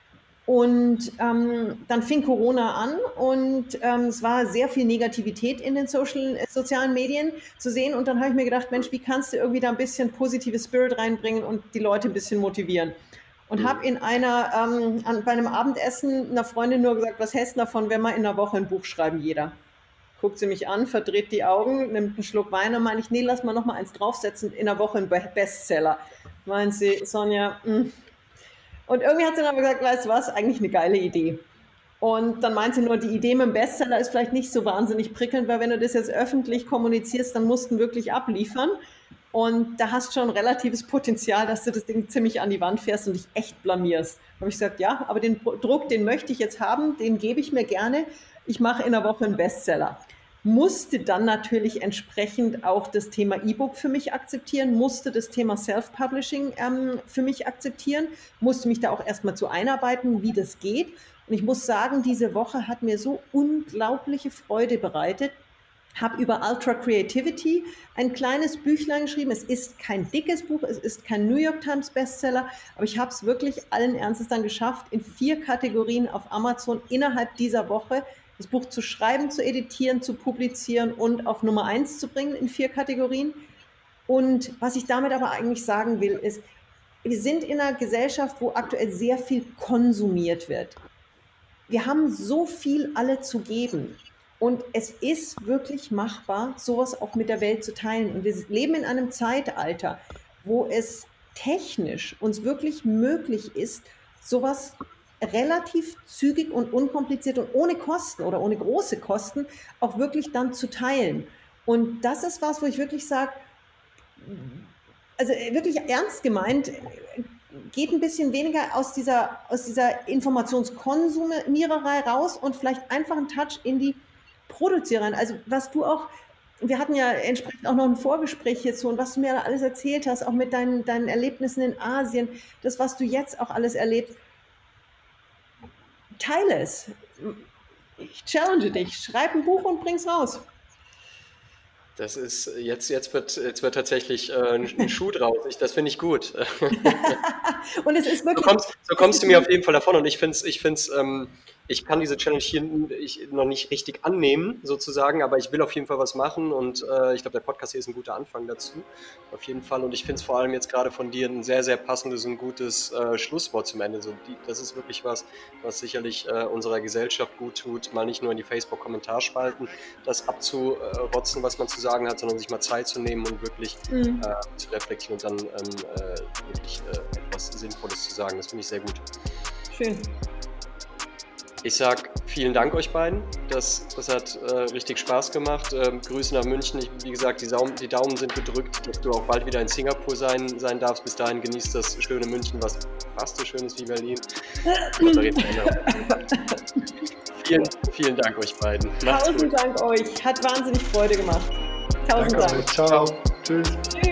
Und ähm, dann fing Corona an und ähm, es war sehr viel Negativität in den Social, äh, sozialen Medien zu sehen. Und dann habe ich mir gedacht, Mensch, wie kannst du irgendwie da ein bisschen positive Spirit reinbringen und die Leute ein bisschen motivieren? Und mhm. habe in einer, ähm, an, bei einem Abendessen einer Freundin nur gesagt, was hältst du davon, wenn wir in einer Woche ein Buch schreiben, jeder? Guckt sie mich an, verdreht die Augen, nimmt einen Schluck Wein und meine ich, nee, lass mal noch mal eins draufsetzen, in einer Woche ein Bestseller. Meint sie, Sonja, mh. Und irgendwie hat sie dann gesagt, weißt du was, eigentlich eine geile Idee. Und dann meint sie nur, die Idee mit dem Bestseller ist vielleicht nicht so wahnsinnig prickelnd, weil wenn du das jetzt öffentlich kommunizierst, dann musst du wirklich abliefern. Und da hast du schon relatives Potenzial, dass du das Ding ziemlich an die Wand fährst und dich echt blamierst. Da habe ich gesagt, ja, aber den Druck, den möchte ich jetzt haben, den gebe ich mir gerne. Ich mache in einer Woche einen Bestseller. Musste dann natürlich entsprechend auch das Thema E-Book für mich akzeptieren, musste das Thema Self-Publishing ähm, für mich akzeptieren, musste mich da auch erstmal zu einarbeiten, wie das geht. Und ich muss sagen, diese Woche hat mir so unglaubliche Freude bereitet. Habe über Ultra Creativity ein kleines Büchlein geschrieben. Es ist kein dickes Buch, es ist kein New York Times Bestseller, aber ich habe es wirklich allen Ernstes dann geschafft, in vier Kategorien auf Amazon innerhalb dieser Woche das Buch zu schreiben, zu editieren, zu publizieren und auf Nummer eins zu bringen in vier Kategorien. Und was ich damit aber eigentlich sagen will, ist, wir sind in einer Gesellschaft, wo aktuell sehr viel konsumiert wird. Wir haben so viel alle zu geben. Und es ist wirklich machbar, sowas auch mit der Welt zu teilen. Und wir leben in einem Zeitalter, wo es technisch uns wirklich möglich ist, sowas relativ zügig und unkompliziert und ohne Kosten oder ohne große Kosten auch wirklich dann zu teilen. Und das ist was, wo ich wirklich sage, also wirklich ernst gemeint, geht ein bisschen weniger aus dieser, aus dieser Informationskonsumiererei raus und vielleicht einfach einen Touch in die Produziererin. Also was du auch, wir hatten ja entsprechend auch noch ein Vorgespräch hierzu und was du mir alles erzählt hast, auch mit deinen, deinen Erlebnissen in Asien, das, was du jetzt auch alles erlebst, teile es. Ich challenge dich. Schreib ein Buch und bring's raus. Das ist, jetzt, jetzt, wird, jetzt wird tatsächlich äh, ein Schuh draus. Ich, das finde ich gut. Und es ist wirklich. So kommst, so kommst du mir auf jeden Fall davon und ich finde es, ich finde es, ähm, ich kann diese Challenge hier ich, noch nicht richtig annehmen, sozusagen, aber ich will auf jeden Fall was machen und äh, ich glaube, der Podcast hier ist ein guter Anfang dazu, auf jeden Fall. Und ich finde es vor allem jetzt gerade von dir ein sehr, sehr passendes und gutes äh, Schlusswort zum Ende. So, die, das ist wirklich was, was sicherlich äh, unserer Gesellschaft gut tut, mal nicht nur in die Facebook-Kommentarspalten das abzurotzen, was man zu sagen hat, sondern sich mal Zeit zu nehmen und wirklich mhm. äh, zu reflektieren und dann ähm, äh, wirklich äh, etwas Sinnvolles zu sagen. Das finde ich sehr gut. Schön. Ich sage vielen Dank euch beiden. Das, das hat äh, richtig Spaß gemacht. Ähm, Grüße nach München. Ich, wie gesagt, die, Saum, die Daumen sind gedrückt, dass du auch bald wieder in Singapur sein, sein darfst. Bis dahin genießt das schöne München, was fast so schön ist wie Berlin. vielen, vielen Dank euch beiden. Macht's Tausend gut. Dank euch. Hat wahnsinnig Freude gemacht. Tausend Danke Dank. Euch. Ciao. Ciao. Tschüss.